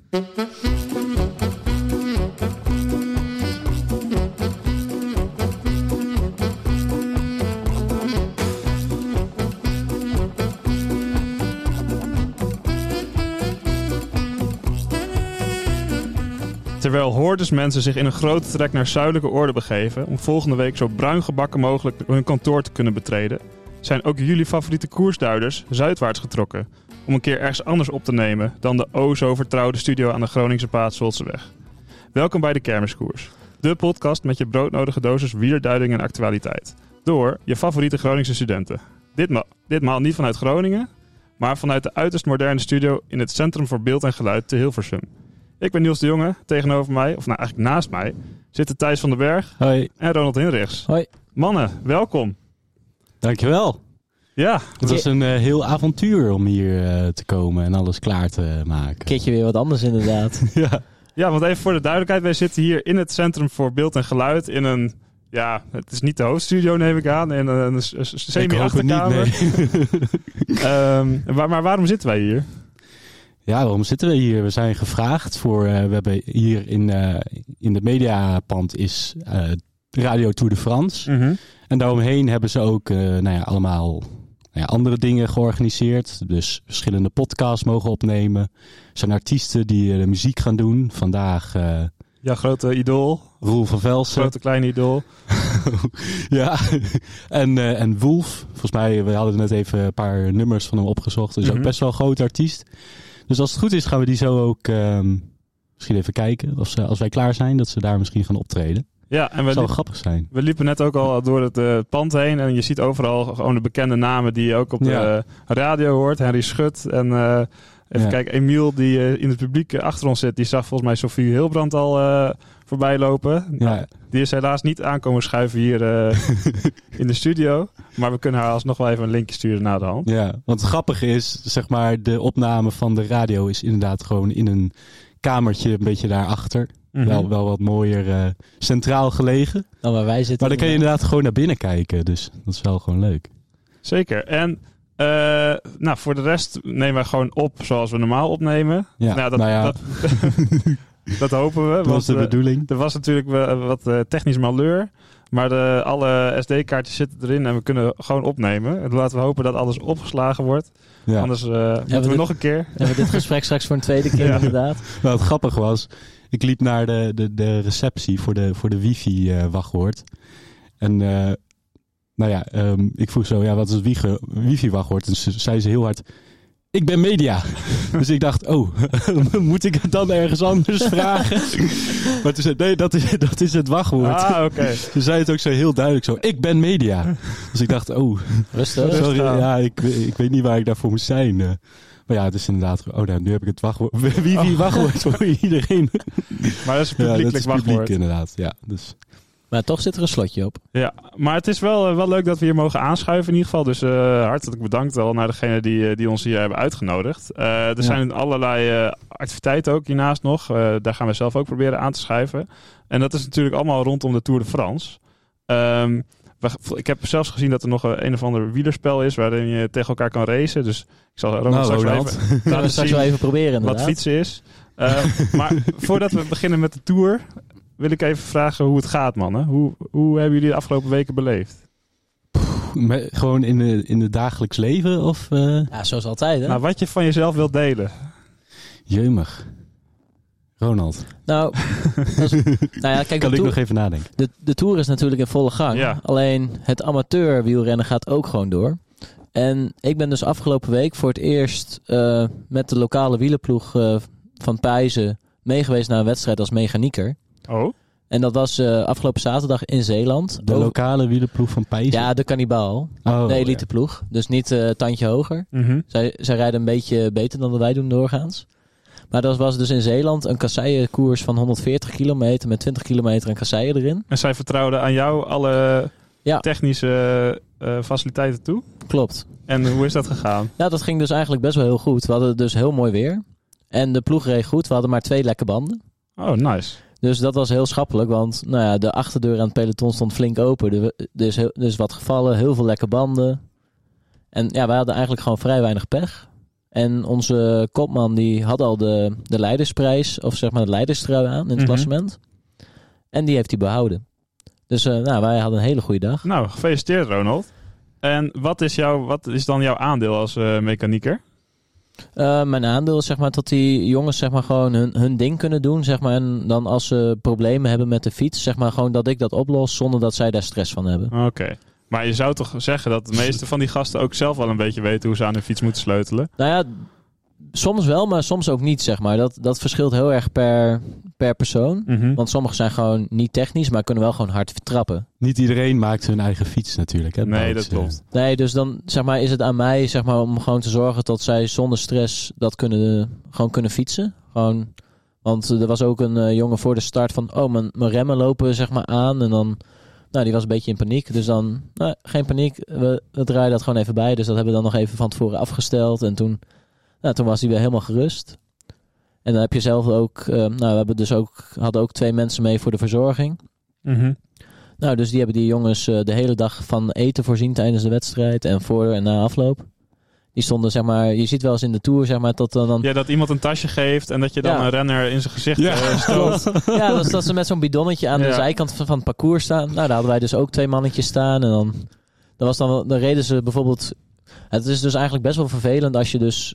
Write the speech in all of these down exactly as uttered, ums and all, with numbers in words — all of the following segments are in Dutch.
Terwijl hordes mensen zich in een grote trek naar zuidelijke oorden begeven om volgende week zo bruin gebakken mogelijk hun kantoor te kunnen betreden, zijn ook jullie favoriete koersduiders zuidwaarts getrokken om een keer ergens anders op te nemen dan de o zo vertrouwde studio aan de Groningse Paatsolseweg. Welkom bij de Kermiskoers, de podcast met je broodnodige dosis wielerduiding en actualiteit, door je favoriete Groningse studenten. Ditmaal, ditmaal niet vanuit Groningen, maar vanuit de uiterst moderne studio in het Centrum voor Beeld en Geluid te Hilversum. Ik ben Niels de Jonge, tegenover mij, of nou eigenlijk naast mij, zitten Thijs van den Berg. Hoi. En Ronald Hinrichs. Hoi. Mannen, welkom. Dankjewel. Ja. Het was een uh, heel avontuur om hier uh, te komen en alles klaar te maken. Een keertje weer wat anders inderdaad. ja. Ja, want even voor de duidelijkheid, wij zitten hier in het Centrum voor Beeld en Geluid in een, ja, het is niet de hoofdstudio neem ik aan, in een, een semi-achterkamer. Nee. um, maar, maar waarom zitten wij hier? Ja, waarom zitten we hier? We zijn gevraagd voor, uh, we hebben hier in, uh, in de mediapand is uh, Radio Tour de France. Mm-hmm. En daaromheen hebben ze ook uh, nou ja, allemaal nou ja, andere dingen georganiseerd. Dus verschillende podcasts mogen opnemen. Er zijn artiesten die uh, de muziek gaan doen. Vandaag... Uh, ja, grote idool. Roel van Velsen. Grote kleine idool. ja, en, uh, en Wolf. Volgens mij, we hadden net even een paar nummers van hem opgezocht. Dus mm-hmm. ook best wel een groot artiest. Dus als het goed is gaan we die zo ook um, misschien even kijken. Of ze, als wij klaar zijn, dat ze daar misschien gaan optreden. Ja, en we dat zou liep, grappig zijn. We liepen net ook al door het uh, pand heen. En je ziet overal gewoon de bekende namen die je ook op de ja. uh, radio hoort. Henry Schut en uh, even ja. kijken, Emiel die uh, in het publiek uh, achter ons zit. Die zag volgens mij Sophie Hilbrand al uh, voorbij lopen. Ja. Nou, die is helaas niet aankomen schuiven hier uh, in de studio. Maar we kunnen haar alsnog wel even een linkje sturen na de hand. Ja, want het grappige is, zeg maar, de opname van de radio is inderdaad gewoon in een kamertje een beetje daarachter. Mm-hmm. Wel, wel wat mooier uh, centraal gelegen. Dan waar wij zitten. Maar dan kan je inderdaad gewoon naar binnen kijken. Dus dat is wel gewoon leuk. Zeker. En uh, nou, voor de rest nemen we gewoon op zoals we normaal opnemen. Ja, nou, dat, nou ja. dat, dat hopen we. Dat was de we, bedoeling. Er was natuurlijk wat uh, technisch malheur. Maar de, alle S D-kaartjes zitten erin en we kunnen gewoon opnemen. En laten we hopen dat alles opgeslagen wordt. Ja. Anders uh, moeten we, we dit, nog een keer. Hebben we dit gesprek straks voor een tweede keer ja. inderdaad. Nou, het grappige was, ik liep naar de, de, de receptie voor de, voor de wifi-wachtwoord. Uh, en uh, nou ja, um, ik vroeg zo, ja, wat is het wifi-wachtwoord? En ze zei ze heel hard... Ik ben media. Dus ik dacht, oh, moet ik het dan ergens anders vragen? Maar toen zei nee, dat is, dat is het wachtwoord. Ah, oké. Okay. Ze zei het ook zo heel duidelijk zo, ik ben media. Dus ik dacht, oh, rustig. Sorry, ja, ik, ik weet niet waar ik daarvoor moet zijn. Maar ja, het is inderdaad, oh nou, nu heb ik het wachtwoord, wifi-wachtwoord voor iedereen. Maar dat is een publiekelijk ja, dat is wachtwoord. Publiek, inderdaad, ja. Dus... Maar toch zit er een slotje op. Ja, maar het is wel, wel leuk dat we hier mogen aanschuiven in ieder geval. Dus uh, hartelijk bedankt al naar degenen die, die ons hier hebben uitgenodigd. Uh, er ja. zijn allerlei uh, activiteiten ook hiernaast nog. Uh, daar gaan we zelf ook proberen aan te schuiven. En dat is natuurlijk allemaal rondom de Tour de France. Um, we, ik heb zelfs gezien dat er nog een, een of ander wielerspel is waarin je tegen elkaar kan racen. Dus ik zal Ronald nou, straks wel even, laten we straks wel even proberen inderdaad. Wat fietsen is. Uh, maar voordat we beginnen met de Tour... wil ik even vragen hoe het gaat, mannen. Hoe, hoe hebben jullie de afgelopen weken beleefd? Pff, met, gewoon in de, in het dagelijks leven? Of, uh... Ja, zoals altijd, hè? Nou, wat je van jezelf wilt delen. Jeumig. Ronald. Nou, als, nou ja, kijk, kan ik toer, nog even nadenken. De, de Tour is natuurlijk in volle gang. Ja. Alleen het amateur wielrennen gaat ook gewoon door. En ik ben dus afgelopen week voor het eerst uh, met de lokale wielerploeg uh, van Pijzen meegeweest naar een wedstrijd als mechanieker. Oh. En dat was uh, afgelopen zaterdag in Zeeland. De Over... lokale wielerploeg van Pijzen? Ja, de Kannibaal. Oh, de eliteploeg. Ja. Dus niet uh, tandje hoger. Mm-hmm. Zij, zij rijden een beetje beter dan dat wij doen doorgaans. Maar dat was dus in Zeeland een kasseienkoers van honderdveertig kilometer met twintig kilometer en kasseien erin. En zij vertrouwden aan jou alle ja. technische uh, faciliteiten toe? Klopt. En hoe is dat gegaan? Ja, dat ging dus eigenlijk best wel heel goed. We hadden dus heel mooi weer. En de ploeg reed goed. We hadden maar twee lekke banden. Oh, nice. Dus dat was heel schappelijk, want nou ja, de achterdeur aan het peloton stond flink open. Er is, er is wat gevallen, heel veel lekke banden. En ja, wij hadden eigenlijk gewoon vrij weinig pech. En onze kopman die had al de, de leidersprijs, of zeg maar de leiderstrui aan in het Mm-hmm. klassement. En die heeft hij behouden. Dus uh, nou, wij hadden een hele goede dag. Nou, gefeliciteerd Ronald. En wat is, jouw, wat is dan jouw aandeel als uh, mechanieker? Uh, mijn aandeel is zeg maar dat die jongens zeg maar gewoon hun, hun ding kunnen doen. Zeg maar, en dan als ze problemen hebben met de fiets, zeg maar gewoon dat ik dat oplos zonder dat zij daar stress van hebben. Oké. Okay. Maar je zou toch zeggen dat de meeste van die gasten ook zelf wel een beetje weten hoe ze aan hun fiets moeten sleutelen? Nou ja, soms wel, maar soms ook niet, zeg maar. Dat, dat verschilt heel erg per, per persoon. Mm-hmm. Want sommigen zijn gewoon niet technisch, maar kunnen wel gewoon hard trappen. Niet iedereen maakt hun eigen fiets natuurlijk. Hè? Nee, dat dat klopt. Nee, dus dan zeg maar, is het aan mij zeg maar, om gewoon te zorgen dat zij zonder stress dat kunnen, gewoon kunnen fietsen. Gewoon, want er was ook een uh, jongen voor de start van, oh, mijn, mijn remmen lopen zeg maar aan. En dan, nou, die was een beetje in paniek. Dus dan, nou, geen paniek, we, we draaien dat gewoon even bij. Dus dat hebben we dan nog even van tevoren afgesteld. En toen, nou, toen was hij weer helemaal gerust. En dan heb je zelf ook, uh, nou, we hebben dus ook, hadden ook twee mensen mee voor de verzorging. Mm-hmm. Nou, dus die hebben die jongens uh, de hele dag van eten voorzien tijdens de wedstrijd en voor en na afloop. Die stonden, zeg maar, je ziet wel eens in de Tour, zeg maar, dat dan... Ja, dat iemand een tasje geeft en dat je dan Ja. een renner in zijn gezicht Ja. uh, stoot. Ja, dat, dat ze met zo'n bidonnetje aan Ja. de zijkant van, van het parcours staan. Nou, daar hadden wij dus ook twee mannetjes staan. En dan, dan, was dan, wel- dan reden ze bijvoorbeeld... Het is dus eigenlijk best wel vervelend als je dus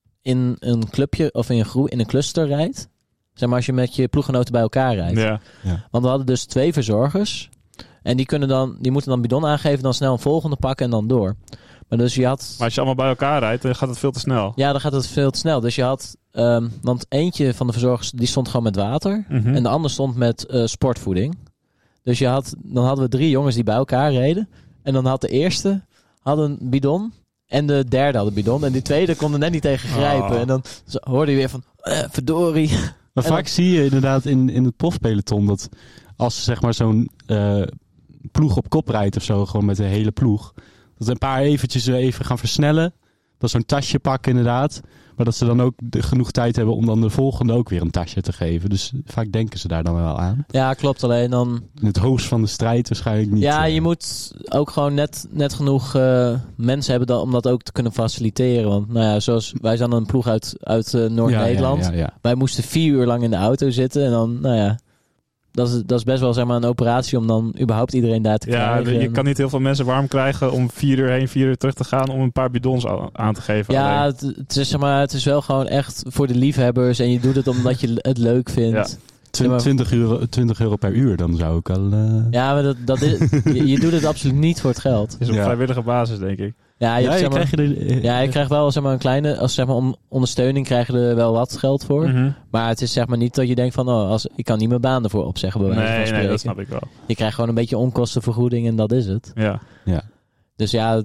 in een clubje of in een groep, in een cluster rijdt. Zeg maar, als je met je ploeggenoten bij elkaar rijdt. Ja. Want we hadden dus twee verzorgers. En die, kunnen dan, die moeten dan bidon aangeven, dan snel een volgende pakken en dan door. Maar dus je had... Maar als je allemaal bij elkaar rijdt, dan gaat het veel te snel. Ja, dan gaat het veel te snel. Dus je had... Um, want eentje van de verzorgers, die stond gewoon met water. Mm-hmm. En de ander stond met uh, sportvoeding. Dus je had, dan hadden we drie jongens die bij elkaar reden. En dan had de eerste had een bidon. En de derde had een bidon. En die tweede kon er net niet tegen grijpen. Oh. En dan hoorde je weer van... Uh, verdorie. Maar En vaak dan- zie je inderdaad in, in het profpeloton dat als zeg maar zo'n uh, ploeg op kop rijdt of zo, gewoon met de hele ploeg, dat een paar eventjes even gaan versnellen. Dat zo'n tasje pakken inderdaad. Maar dat ze dan ook de, genoeg tijd hebben om dan de volgende ook weer een tasje te geven. Dus vaak denken ze daar dan wel aan. Ja, klopt. Alleen dan... In het hoogst van de strijd waarschijnlijk niet. Ja, uh, je moet ook gewoon net, net genoeg uh, mensen hebben dan, om dat ook te kunnen faciliteren. Want nou ja, zoals wij zijn een ploeg uit, uit uh, Noord-Nederland. Ja, ja, ja. Wij moesten vier uur lang in de auto zitten. En dan, nou ja, dat is, dat is best wel zeg maar een operatie om dan überhaupt iedereen daar te Ja, krijgen. je kan niet heel veel mensen warm krijgen om vier uur heen, vier uur terug te gaan om een paar bidons a- aan te geven. Ja, alleen. het, het, is, zeg maar, het is wel gewoon echt voor de liefhebbers. En je doet het omdat je het leuk vindt. Ja. Tw- Ja, maar- twintig, euro, twintig euro per uur, dan zou ik al... Uh... Ja, maar dat, dat is, je, je doet het absoluut niet voor het geld. Het is op Ja. vrijwillige basis, denk ik. Ja, je, ja, hebt, je zeg maar, krijg je er, ja, je krijgt wel zeg maar, een kleine, als zeg maar, om ondersteuning krijg je er wel wat geld voor. Mm-hmm. Maar het is zeg maar niet dat je denkt van, oh, als, ik kan niet mijn baan ervoor opzeggen bij wijze van Nee, spreken. nee, dat snap ik wel. Je krijgt gewoon een beetje onkostenvergoeding en dat is het. Ja. Dus ja,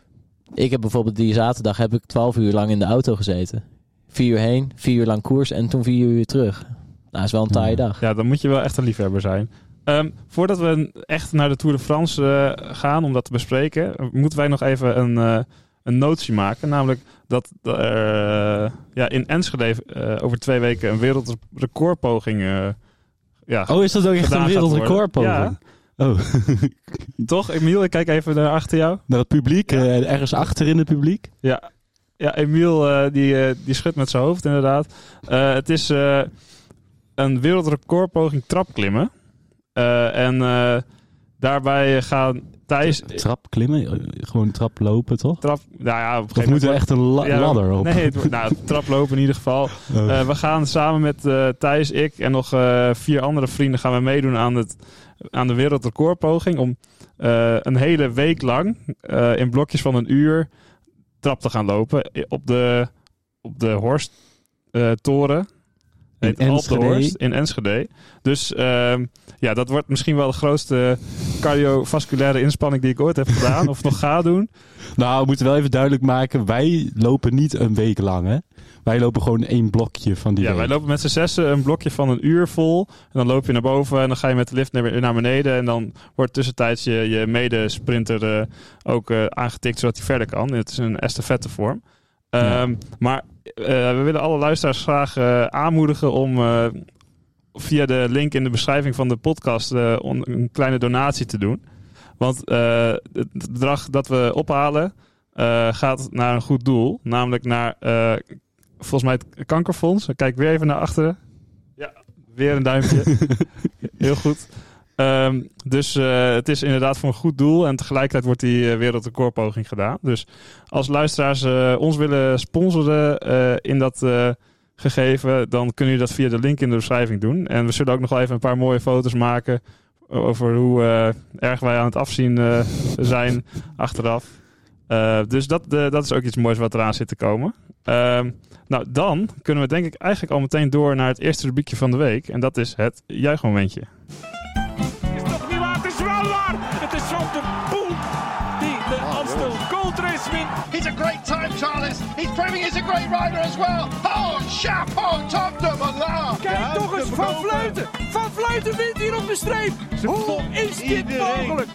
ik heb bijvoorbeeld die zaterdag heb ik twaalf uur lang in de auto gezeten. Vier uur heen, vier uur lang koers en toen vier uur terug. Nou, is wel een taaie Ja. dag. ja, dan moet je wel echt een liefhebber zijn. Um, voordat we echt naar de Tour de France uh, gaan om dat te bespreken, moeten wij nog even een, uh, een notie maken. Namelijk dat er uh, ja, in Enschede uh, over twee weken een wereldrecordpoging uh, ja, Oh, is dat ook echt gedaan een gaat wereldrecordpoging? worden. Oh, Toch, Emiel? Ik kijk even naar achter jou. naar het publiek, Ja. uh, ergens achter in het publiek. Ja, ja Emiel uh, die, uh, die schudt met zijn hoofd inderdaad. Uh, het is uh, een wereldrecordpoging trapklimmen. Uh, en uh, daarbij gaan Thijs... Trap klimmen, gewoon trap lopen toch? Trap, nou ja, op een Of gegeven moet er moment... echt een la- Ja, ladder op? Nee, het, wordt- nou, traplopen in ieder geval. Oh. Uh, we gaan samen met uh, Thijs, ik en nog uh, vier andere vrienden gaan we meedoen aan, het, aan de wereldrecordpoging. Om uh, een hele week lang uh, in blokjes van een uur trap te gaan lopen op de, op de Horst uh, toren. In Heet Alp de Enschede. Horst in Enschede. Dus uh, ja, dat wordt misschien wel de grootste cardiovasculaire inspanning die ik ooit heb gedaan. Of nog ga doen. Nou, we moeten wel even duidelijk maken, wij lopen niet een week lang, hè? Wij lopen gewoon één blokje van die Ja, week. wij lopen met z'n zessen een blokje van een uur vol. En dan loop je naar boven en dan ga je met de lift naar, naar beneden. En dan wordt tussentijds je, je medesprinter uh, ook uh, aangetikt zodat hij verder kan. Het is een estafettevorm. Um, Ja. Maar uh, we willen alle luisteraars graag uh, aanmoedigen om uh, via de link in de beschrijving van de podcast uh, on, een kleine donatie te doen. Want uh, het bedrag dat we ophalen uh, gaat naar een goed doel. Namelijk naar, uh, volgens mij, het kankerfonds. Kijk weer even naar achteren. Ja, weer een duimpje. Heel goed. Um, dus uh, het is inderdaad voor een goed doel. En tegelijkertijd wordt die uh, wereldrecordpoging gedaan. Dus als luisteraars uh, ons willen sponsoren uh, in dat uh, gegeven, dan kunnen jullie dat via de link in de beschrijving doen. En we zullen ook nog wel even een paar mooie foto's maken over hoe uh, erg wij aan het afzien uh, zijn achteraf. Uh, dus dat, uh, dat is ook iets moois wat eraan zit te komen. Uh, nou, dan kunnen we denk ik eigenlijk al meteen door naar het eerste rubriekje van de week. En dat is het juichmomentje. Is toch niet waar? Het is wel waar! Het is Van der Poel die de Amstel Gold Race wint. He's a great time, Charles. He's proving he's a great rider as well. Oh, chapeau, top de malheur. Kijk toch eens, Van Vleuten. Van Vleuten wint hier op de streep. Hoe is dit mogelijk?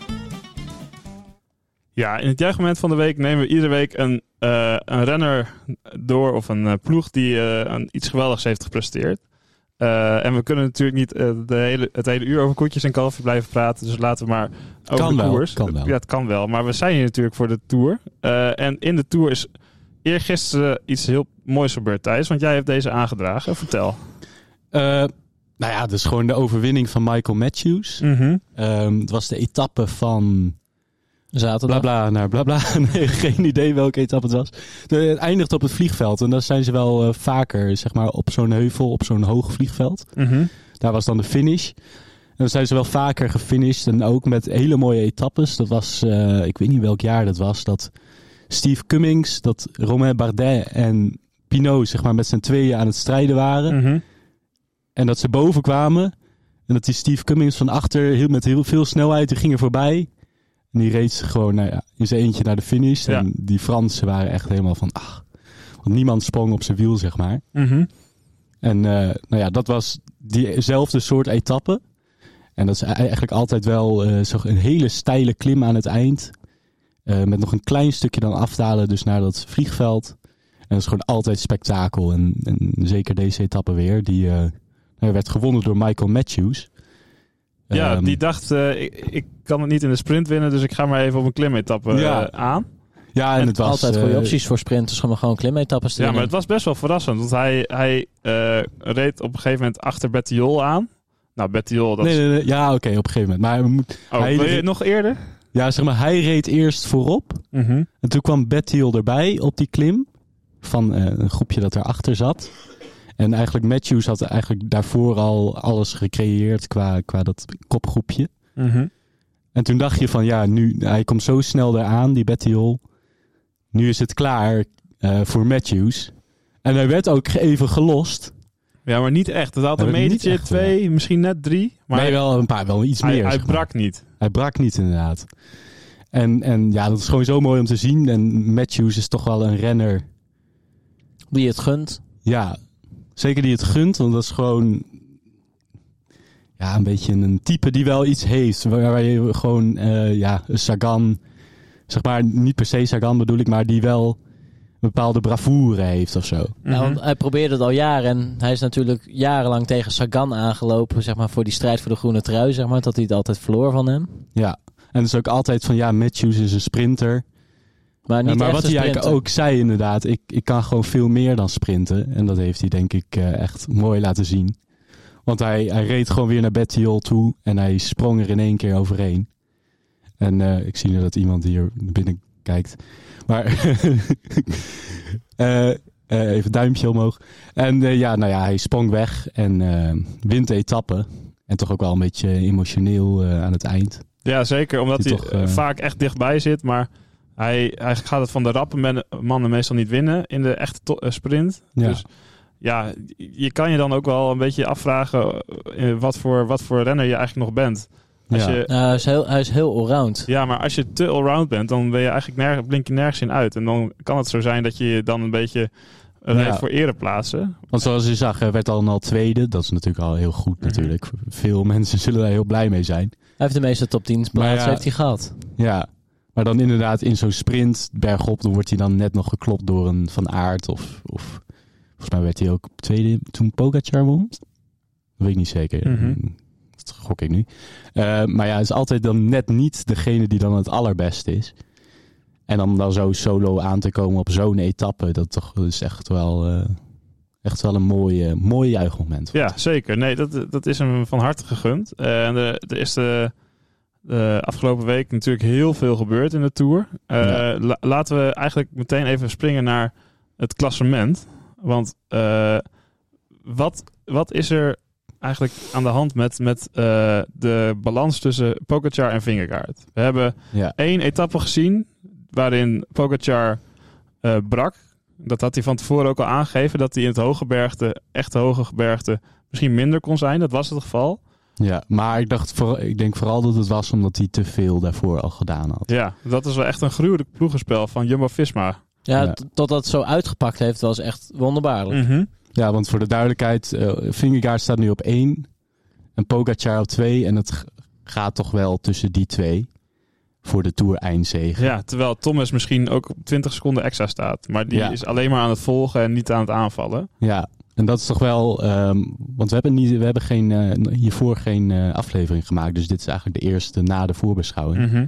Ja, in het juichmoment van de week nemen we iedere week een, uh, een renner door of een uh, ploeg die uh, een, iets geweldigs heeft gepresteerd. Uh, en we kunnen natuurlijk niet uh, de hele, het hele uur over koetjes en kalfjes blijven praten. Dus laten we maar over kan de wel, koers. Kan wel. Ja, het kan wel. Maar we zijn hier natuurlijk voor de Tour. Uh, en in de Tour is eergisteren iets heel moois gebeurd, Thijs. Want jij hebt deze aangedragen. Vertel. Uh, nou ja, dus gewoon de overwinning van Michael Matthews. Mm-hmm. Um, het was de etappe van Zaterdag. bla bla naar bla bla. Nee, geen idee welke etappe het was. De, het eindigt op het vliegveld. En daar zijn ze wel uh, vaker, zeg maar, op zo'n heuvel, op zo'n hoog vliegveld. Mm-hmm. Daar was dan de finish. En dan zijn ze wel vaker gefinished. En ook met hele mooie etappes. Dat was, uh, ik weet niet welk jaar dat was. Dat Steve Cummings, dat Romain Bardet en Pinot, zeg maar, met z'n tweeën aan het strijden waren. Mm-hmm. En dat ze boven kwamen. En dat die Steve Cummings van achter heel, met heel veel snelheid, die ging er voorbij. En die reed gewoon nou ja, in zijn eentje naar de finish. Ja. En die Fransen waren echt helemaal van, ach. Want niemand sprong op zijn wiel, zeg maar. Mm-hmm. En uh, nou ja, dat was diezelfde soort etappe. En dat is eigenlijk altijd wel uh, zo een hele steile klim aan het eind. Uh, met nog een klein stukje dan afdalen, dus naar dat vliegveld. En dat is gewoon altijd spektakel. En, en zeker deze etappe weer. Die uh, werd gewonnen door Michael Matthews. Ja, Um, die dacht, uh, ik, ik kan het niet in de sprint winnen, dus ik ga maar even op een klimetappe Ja. uh, aan. Ja, en, En het was altijd goede uh, opties voor sprinters om gewoon klimetappes te Ja, winnen. maar het was best wel verrassend, want hij, hij uh, reed op een gegeven moment achter Bettiol aan. Nou, Bettiol, dat Nee, is... nee, nee, ja, oké, op een gegeven moment. Maar we moet- Oh, hij, wil je het nog eerder? ja, zeg maar, hij reed eerst voorop. Mm-hmm. En toen kwam Bettiol erbij op die klim. Van uh, een groepje dat erachter zat. En eigenlijk Matthews had eigenlijk daarvoor al alles gecreëerd qua, qua dat kopgroepje. Mm-hmm. En toen dacht je van ja, nu, hij komt zo snel eraan, die Bettiol. Nu is het klaar uh, voor Matthews. En hij werd ook even gelost. Ja, maar niet echt. Het had Hij een werd niet metertje, echt, twee, misschien net drie. Maar Maar nee, wel een paar, wel iets hij, meer. hij zeg maar. brak niet. Hij brak niet inderdaad. En, en ja, dat is gewoon zo mooi om te zien. En Matthews is toch wel een renner. Die het gunt. Ja, zeker die het gunt. Want dat is gewoon ja, een beetje een type die wel iets heeft. Waar, waar je gewoon, uh, ja, Sagan, zeg maar, niet per se Sagan bedoel ik, maar die wel een bepaalde bravoure heeft of zo. Mm-hmm. Ja, want hij probeerde het al jaren en hij is natuurlijk jarenlang tegen Sagan aangelopen, zeg maar, voor die strijd voor de groene trui, zeg maar, dat hij het altijd verloor van hem. Ja, en het is ook altijd van, ja, Matthews is een sprinter. Maar, niet Uh, maar echt wat een hij eigenlijk sprinter. ook zei inderdaad, ik, ik kan gewoon veel meer dan sprinten. En dat heeft hij denk ik uh, echt mooi laten zien. Want hij, hij reed gewoon weer naar Bettiol toe en hij sprong er in één keer overheen. En uh, ik zie nu dat iemand hier binnen kijkt. Maar uh, uh, even duimpje omhoog. En uh, ja, nou ja, hij sprong weg en uh, wint de etappe. En toch ook wel een beetje emotioneel uh, aan het eind. Ja, zeker. Omdat Die hij toch, uh, uh, vaak echt dichtbij zit. Maar hij, hij gaat het van de rappe men, mannen meestal niet winnen in de echte to- uh, sprint. Ja. Dus ja, je kan je dan ook wel een beetje afvragen uh, wat, voor, wat voor renner je eigenlijk nog bent. Als Ja. je, Nou, hij, is heel, hij is heel allround. ja, maar als je te allround bent, dan ben je eigenlijk nergens, blink je nergens in uit. En dan kan het zo zijn dat je je dan een beetje rijdt Ja. voor ereplaatsen. Want zoals je zag, hij werd al al tweede. Dat is natuurlijk al heel goed natuurlijk. Veel mensen zullen daar heel blij mee zijn. Hij heeft de meeste top tien plaatsen Maar ja, heeft hij gehad. Ja, maar dan inderdaad in zo'n sprint bergop, dan wordt hij dan net nog geklopt door een Van Aert. Of, of volgens mij werd hij ook tweede toen Pogacar won. Dat weet ik niet zeker. Mm-hmm. Dat gok ik nu. Uh, maar ja, het is altijd dan net niet degene die dan het allerbeste is. En om dan zo solo aan te komen op zo'n etappe, dat toch is echt wel, uh, echt wel een mooi, mooi juichmoment. Ja, zeker. Nee, dat, dat is hem van harte gegund. Uh, en er, er is de, de afgelopen week natuurlijk heel veel gebeurd in de Tour. Uh, ja. la, laten we eigenlijk meteen even springen naar het klassement. Want uh, wat, wat is er eigenlijk aan de hand met, met uh, de balans tussen Pogačar en Vingegaard? We hebben ja. één etappe gezien waarin Pogačar uh, brak. Dat had hij van tevoren ook al aangegeven, dat hij in het hooggebergte, echt hoge gebergte, misschien minder kon zijn. Dat was het geval. Ja, maar ik, dacht voor, ik denk vooral dat het was omdat hij te veel daarvoor al gedaan had. Ja, dat is wel echt een gruwelijk ploegenspel van Jumbo-Visma. Ja, ja. t- tot dat het zo uitgepakt heeft, was echt wonderbaarlijk. Mm-hmm. Ja, want voor de duidelijkheid, uh, Vingegaard staat nu op één en Pogačar op twee. En het g- gaat toch wel tussen die twee voor de Tour eindzege. Ja, terwijl Thomas misschien ook op twintig seconden extra staat. Maar die ja. is alleen maar aan het volgen en niet aan het aanvallen. Ja, en dat is toch wel... Um, want we hebben, niet, we hebben geen, uh, hiervoor geen uh, aflevering gemaakt. Dus dit is eigenlijk de eerste na de voorbeschouwing. Mm-hmm.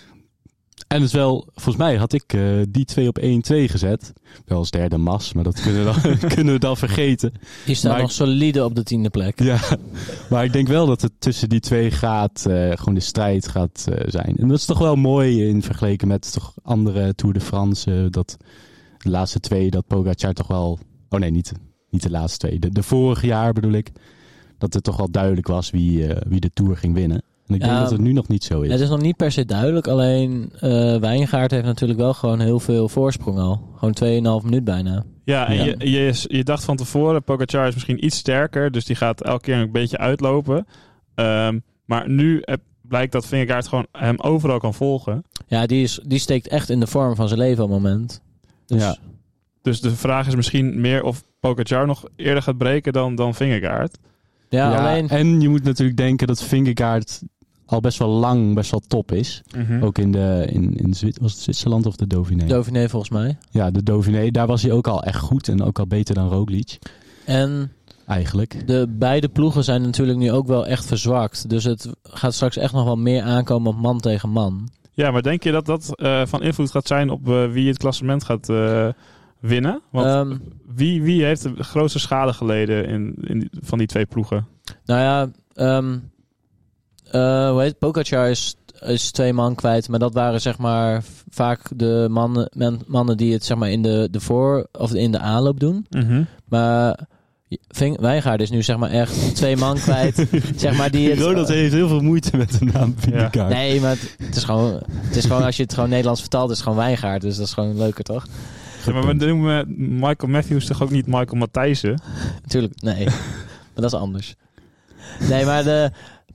En het is wel... Volgens mij had ik uh, die twee op één twee gezet. Wel als derde mas, maar dat kunnen we dan, kunnen we dan vergeten. Die staat maar nog ik, solide op de tiende plek. Ja, maar ik denk wel dat het tussen die twee gaat... Uh, gewoon de strijd gaat uh, zijn. En dat is toch wel mooi in vergeleken met toch andere Tour de France. Uh, dat de laatste twee, dat Pogačar toch wel... Oh nee, niet, niet de laatste twee. De, de vorige jaar bedoel ik. Dat het toch wel duidelijk was wie, uh, wie de Tour ging winnen. En ik ja, denk dat het nu nog niet zo is. Het is nog niet per se duidelijk. Alleen uh, Wijngaard heeft natuurlijk wel gewoon heel veel voorsprong al. Gewoon twee komma vijf minuut bijna. Ja, en ja. Je, je, je dacht van tevoren, Pogačar is misschien iets sterker. Dus die gaat elke keer een beetje uitlopen. Um, maar nu heb, blijkt dat Vingegaard gewoon hem overal kan volgen. Ja, die, is, die steekt echt in de vorm van zijn leven op het moment. Dus, ja. dus de vraag is misschien meer of Pogačar nog eerder gaat breken dan, dan Vingegaard. Ja, ja, alleen... En je moet natuurlijk denken dat Vingegaard al best wel lang best wel top is. Mm-hmm. Ook in de in, in Zwit- was het Zwitserland of de Dauphiné? Dauphiné volgens mij. Ja, de Dauphiné. Daar was hij ook al echt goed en ook al beter dan Roglic. En eigenlijk. De beide ploegen zijn natuurlijk nu ook wel echt verzwakt. Dus het gaat straks echt nog wel meer aankomen op man tegen man. Ja, maar denk je dat dat uh, van invloed gaat zijn op uh, wie het klassement gaat uh, winnen? Want um, wie, wie heeft de grootste schade geleden in, in, van die twee ploegen? Nou ja, um, uh, hoe heet Pogačar is, is twee man kwijt. Maar dat waren zeg maar vaak de mannen, man, mannen die het zeg maar in de, de voor- of in de aanloop doen. Mm-hmm. Maar Ving, Wijngaard is nu zeg maar echt twee man kwijt. zeg maar die het, Ronald heeft heel veel moeite met de naam Vingegaard. Ja. Nee, maar het, het is gewoon, het is gewoon als je het gewoon Nederlands vertaalt, is het gewoon Wijngaard. Dus dat is gewoon leuker, toch? Ja, maar we noemen Michael Matthews toch ook niet Michael Matthijssen? Natuurlijk, nee. maar dat is anders. Nee, maar de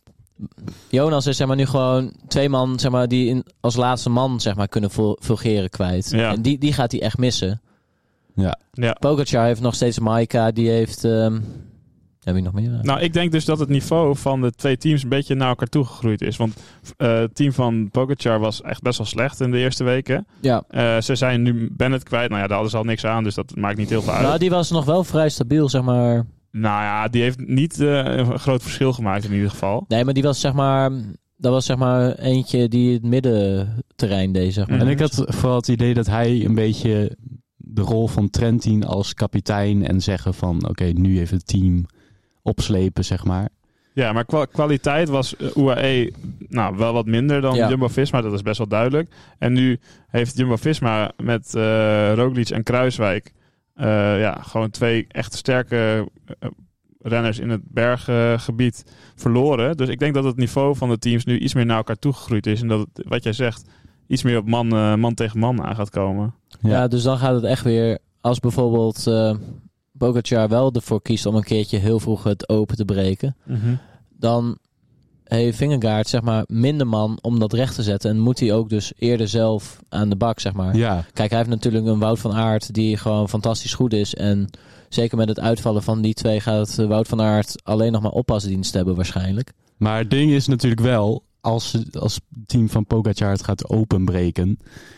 Jonas is zeg maar nu gewoon twee man zeg maar, die in, als laatste man zeg maar, kunnen fungeren kwijt. Ja. En die, die gaat hij echt missen. Ja. Ja. Pogačar heeft nog steeds Maika, die heeft... Um, heb ik nog meer? Nou, ik denk dus dat het niveau van de twee teams een beetje naar elkaar toe gegroeid is. Want uh, het team van Pogačar was echt best wel slecht in de eerste weken. Ja. Uh, ze zijn nu Bennett kwijt. Nou ja, daar hadden ze al niks aan, dus dat maakt niet heel veel uit. Nou, die was nog wel vrij stabiel, zeg maar. Nou ja, die heeft niet uh, een groot verschil gemaakt in ieder geval. Nee, maar die was zeg maar... Dat was zeg maar eentje die het middenterrein deed, zeg maar. En ik had vooral het idee dat hij een beetje de rol van Trentin als kapitein en zeggen van oké, okay, nu even het team opslepen, zeg maar. Ja, maar kwa- kwaliteit was uh, U A E nou, wel wat minder dan ja. Jumbo-Visma, dat is best wel duidelijk. En nu heeft Jumbo-Visma met uh, Roglic en Kruiswijk uh, ja, gewoon twee echt sterke uh, renners in het berggebied uh, verloren. Dus ik denk dat het niveau van de teams nu iets meer naar elkaar toegegroeid is. En dat het, wat jij zegt, iets meer op man, uh, man tegen man aan gaat komen. Ja. ja, dus dan gaat het echt weer, als bijvoorbeeld uh, Pogačar wel ervoor kiest om een keertje heel vroeg het open te breken, mm-hmm. dan heeft Vingegaard zeg maar minder man om dat recht te zetten en moet hij ook dus eerder zelf aan de bak, zeg maar. Ja. Kijk, hij heeft natuurlijk een Wout van Aert die gewoon fantastisch goed is en zeker met het uitvallen van die twee gaat Wout van Aert alleen nog maar oppasdienst hebben waarschijnlijk. Maar het ding is natuurlijk wel, als, als het team van Pogačar het gaat openbreken,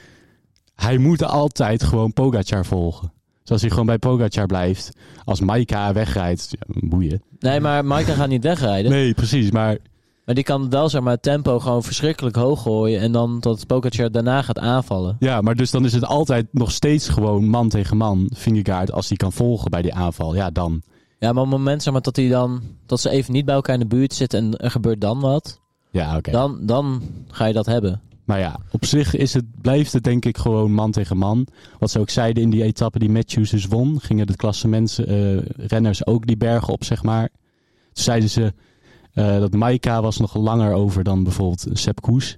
hij moet altijd gewoon Pogačar volgen. Dus als hij gewoon bij Pogačar blijft, als Maika wegrijdt, ja, boeien. Nee, maar Maika gaat niet wegrijden. Nee, precies. Maar Maar die kan wel zeg maar het tempo gewoon verschrikkelijk hoog gooien. En dan dat Pogacar daarna gaat aanvallen. Ja, maar dus dan is het altijd nog steeds gewoon man tegen man. Vingegaard, als hij kan volgen bij die aanval, ja dan. Ja, maar op het moment zeg maar, dat, hij dan, dat ze even niet bij elkaar in de buurt zitten en er gebeurt dan wat. Ja, oké. Okay. Dan, dan ga je dat hebben. Maar ja, op zich is het, blijft het denk ik gewoon man tegen man. Wat ze ook zeiden in die etappe die Matthews dus won. Gingen de klassementsrenners uh, ook die bergen op, zeg maar. Toen zeiden ze uh, dat Maika was nog langer over dan bijvoorbeeld Sepp Kuss.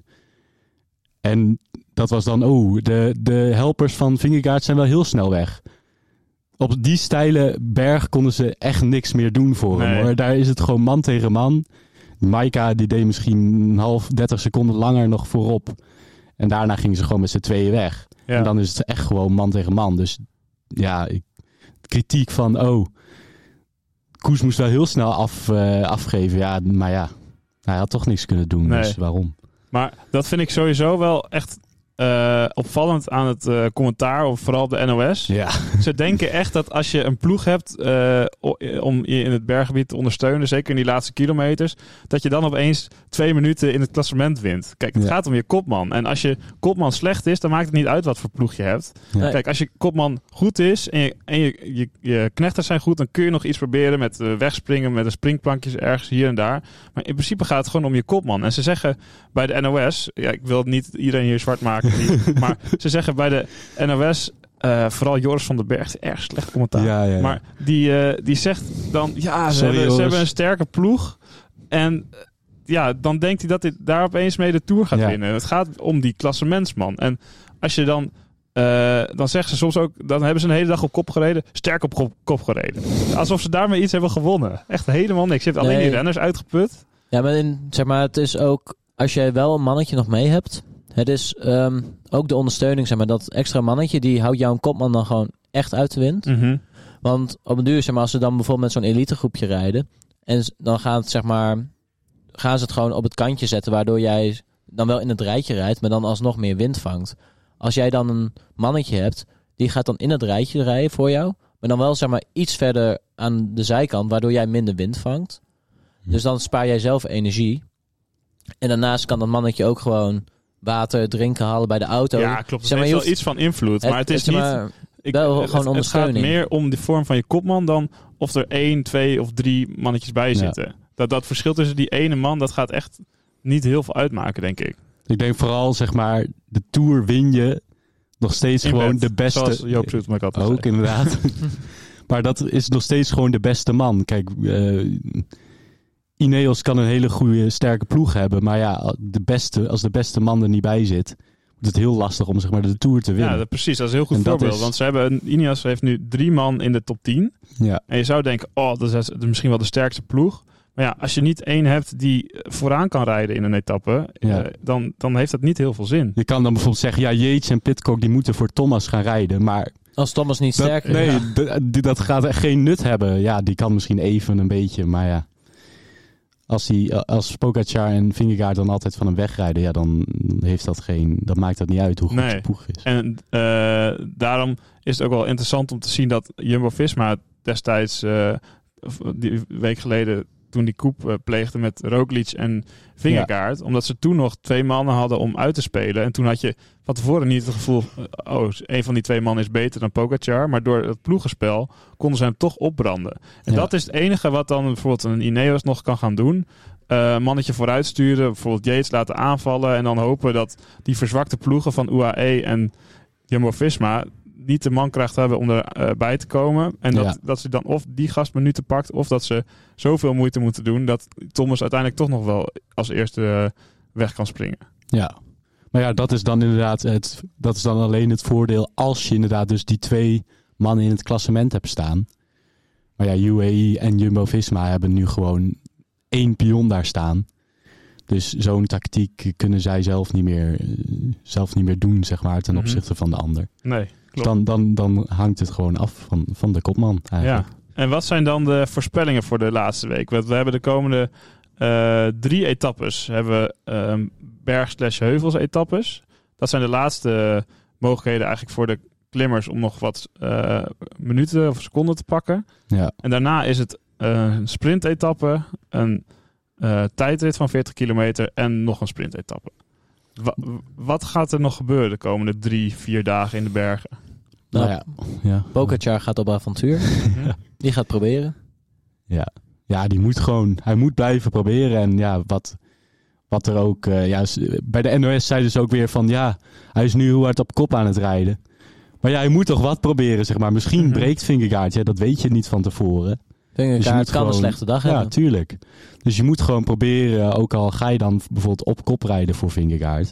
En dat was dan, oh, de, de helpers van Vingegaard zijn wel heel snel weg. Op die steile berg konden ze echt niks meer doen voor nee. hem, hoor. Daar is het gewoon man tegen man. Maika die deed misschien een half, dertig seconden langer nog voorop. En daarna gingen ze gewoon met z'n tweeën weg. Ja. En dan is het echt gewoon man tegen man. Dus ja, ik, kritiek van, oh, Koes moest wel heel snel af, uh, afgeven. Ja, maar ja, hij had toch niks kunnen doen. Nee. Dus waarom? Maar dat vind ik sowieso wel echt uh, opvallend aan het uh, commentaar, of vooral op de N O S. Ja. Ze denken echt dat als je een ploeg hebt uh, om je in het berggebied te ondersteunen, zeker in die laatste kilometers, dat je dan opeens twee minuten in het klassement wint. Kijk, het ja. gaat om je kopman. En als je kopman slecht is, dan maakt het niet uit wat voor ploeg je hebt. Ja. Kijk, als je kopman goed is en, je, en je, je, je knechters zijn goed, dan kun je nog iets proberen met uh, wegspringen, met een springplankjes ergens hier en daar. Maar in principe gaat het gewoon om je kopman. En ze zeggen bij de N O S, ja, ik wil niet iedereen hier zwart maken, niet, maar ze zeggen bij de N O S, Uh, vooral Joris van den Berg, erg slecht commentaar. Ja, ja, ja. Maar die, uh, die zegt dan, ja, ze, Sorry, hebben, ze hebben een sterke ploeg. En uh, ja, dan denkt hij dat hij daar opeens mee de Tour gaat ja. winnen. Het gaat om die klassementsman. En als je dan, uh, dan zeggen ze soms ook, dan hebben ze een hele dag op kop gereden, sterk op kop, kop gereden. Alsof ze daarmee iets hebben gewonnen. Echt helemaal niks. Je hebt alleen nee. die renners uitgeput. Ja, maar, in, zeg maar het is ook, als jij wel een mannetje nog mee hebt, het is um, ook de ondersteuning, zeg maar, dat extra mannetje, die houdt jouw kopman dan gewoon echt uit de wind. Mm-hmm. Want op een duur, zeg maar, als ze dan bijvoorbeeld met zo'n elitegroepje rijden, en dan gaan, het, zeg maar, gaan ze het gewoon op het kantje zetten, waardoor jij dan wel in het rijtje rijdt, maar dan alsnog meer wind vangt. Als jij dan een mannetje hebt, die gaat dan in het rijtje rijden voor jou, maar dan wel, zeg maar, iets verder aan de zijkant, waardoor jij minder wind vangt. Mm. Dus dan spaar jij zelf energie. En daarnaast kan dat mannetje ook gewoon water, drinken halen bij de auto. Ja, klopt. Het zeg maar, heeft hoeft, wel iets van invloed. Het, maar het is het, niet... Maar, ik, wel het, gewoon het, ondersteuning. Het gaat meer om de vorm van je kopman dan of er één, twee of drie mannetjes bij ja. zitten. Dat, dat verschil tussen die ene man, dat gaat echt niet heel veel uitmaken, denk ik. Ik denk vooral, zeg maar, de Tour win je nog steeds In gewoon bed, de beste... Zoals Joop Zoet, maar ik altijd Ook, zei. Inderdaad. Maar dat is nog steeds gewoon de beste man. Kijk... Uh, Ineos kan een hele goede, sterke ploeg hebben. Maar ja, de beste, als de beste man er niet bij zit, wordt het heel lastig om, zeg maar, de Tour te winnen. Ja, dat, precies. Dat is een heel goed en voorbeeld. Is... Want ze hebben, Ineos heeft nu drie man in de top tien. Ja. En je zou denken, oh, dat is misschien wel de sterkste ploeg. Maar ja, als je niet één hebt die vooraan kan rijden in een etappe, ja. uh, dan, dan heeft dat niet heel veel zin. Je kan dan bijvoorbeeld zeggen, ja, Yates en Pidcock die moeten voor Thomas gaan rijden. Maar als Thomas niet sterk is. Nee, ja. d- dat gaat echt geen nut hebben. Ja, die kan misschien even een beetje, maar ja. Als, hij, als Pogacar en Vingegaard dan altijd van hem wegrijden, ja, dan heeft dat geen, dan maakt dat niet uit hoe goed nee. de ploeg is. En uh, daarom is het ook wel interessant om te zien dat Jumbo-Visma destijds, uh, die week geleden, toen die coup uh, pleegde met Roglic en Vingegaard, ja. omdat ze toen nog twee mannen hadden om uit te spelen. En toen had je van tevoren niet het gevoel, oh, een van die twee mannen is beter dan Pogacar. Maar door het ploegenspel konden ze hem toch opbranden. En ja. dat is het enige wat dan bijvoorbeeld een Ineos nog kan gaan doen. Uh, een mannetje vooruit sturen, bijvoorbeeld Yates laten aanvallen en dan hopen dat die verzwakte ploegen van U A E en Jumbo-Visma niet de mankracht hebben om erbij uh, bij te komen. En dat, ja. dat ze dan of die gastminuten pakt, of dat ze zoveel moeite moeten doen dat Thomas uiteindelijk toch nog wel als eerste uh, weg kan springen. Ja, maar ja, dat is dan inderdaad het, dat is dan alleen het voordeel als je inderdaad dus die twee mannen in het klassement hebt staan. Maar ja, U A E en Jumbo-Visma hebben nu gewoon één pion daar staan. Dus zo'n tactiek kunnen zij zelf niet meer, zelf niet meer doen, zeg maar, ten mm-hmm. opzichte van de ander. Nee, klopt. Dan, dan, dan hangt het gewoon af van, van de kopman eigenlijk. Ja. En wat zijn dan de voorspellingen voor de laatste week? We, we hebben de komende uh, drie etappes. Hebben we uh, berg slash heuvels etappes. Dat zijn de laatste mogelijkheden eigenlijk voor de klimmers om nog wat uh, minuten of seconden te pakken. Ja. En daarna is het uh, een sprint etappe, een uh, tijdrit van veertig kilometer en nog een sprintetappe. Wa- wat gaat er nog gebeuren de komende drie, vier dagen in de bergen? Nou, Nou ja. ja. Pogacar gaat op avontuur. Die gaat proberen. Ja. ja, die moet gewoon... Hij moet blijven proberen. En ja, wat, wat er ook... Uh, ja, bij de N O S zeiden ze ook weer van... Ja, hij is nu heel hard op kop aan het rijden. Maar ja, hij moet toch wat proberen, zeg maar. Misschien mm-hmm. breekt Vingegaard. Ja, dat weet je niet van tevoren. Vingegaard dus kan gewoon, een slechte dag hebben. Ja, tuurlijk. Dus je moet gewoon proberen... Ook al ga je dan bijvoorbeeld op kop rijden voor Vingegaard.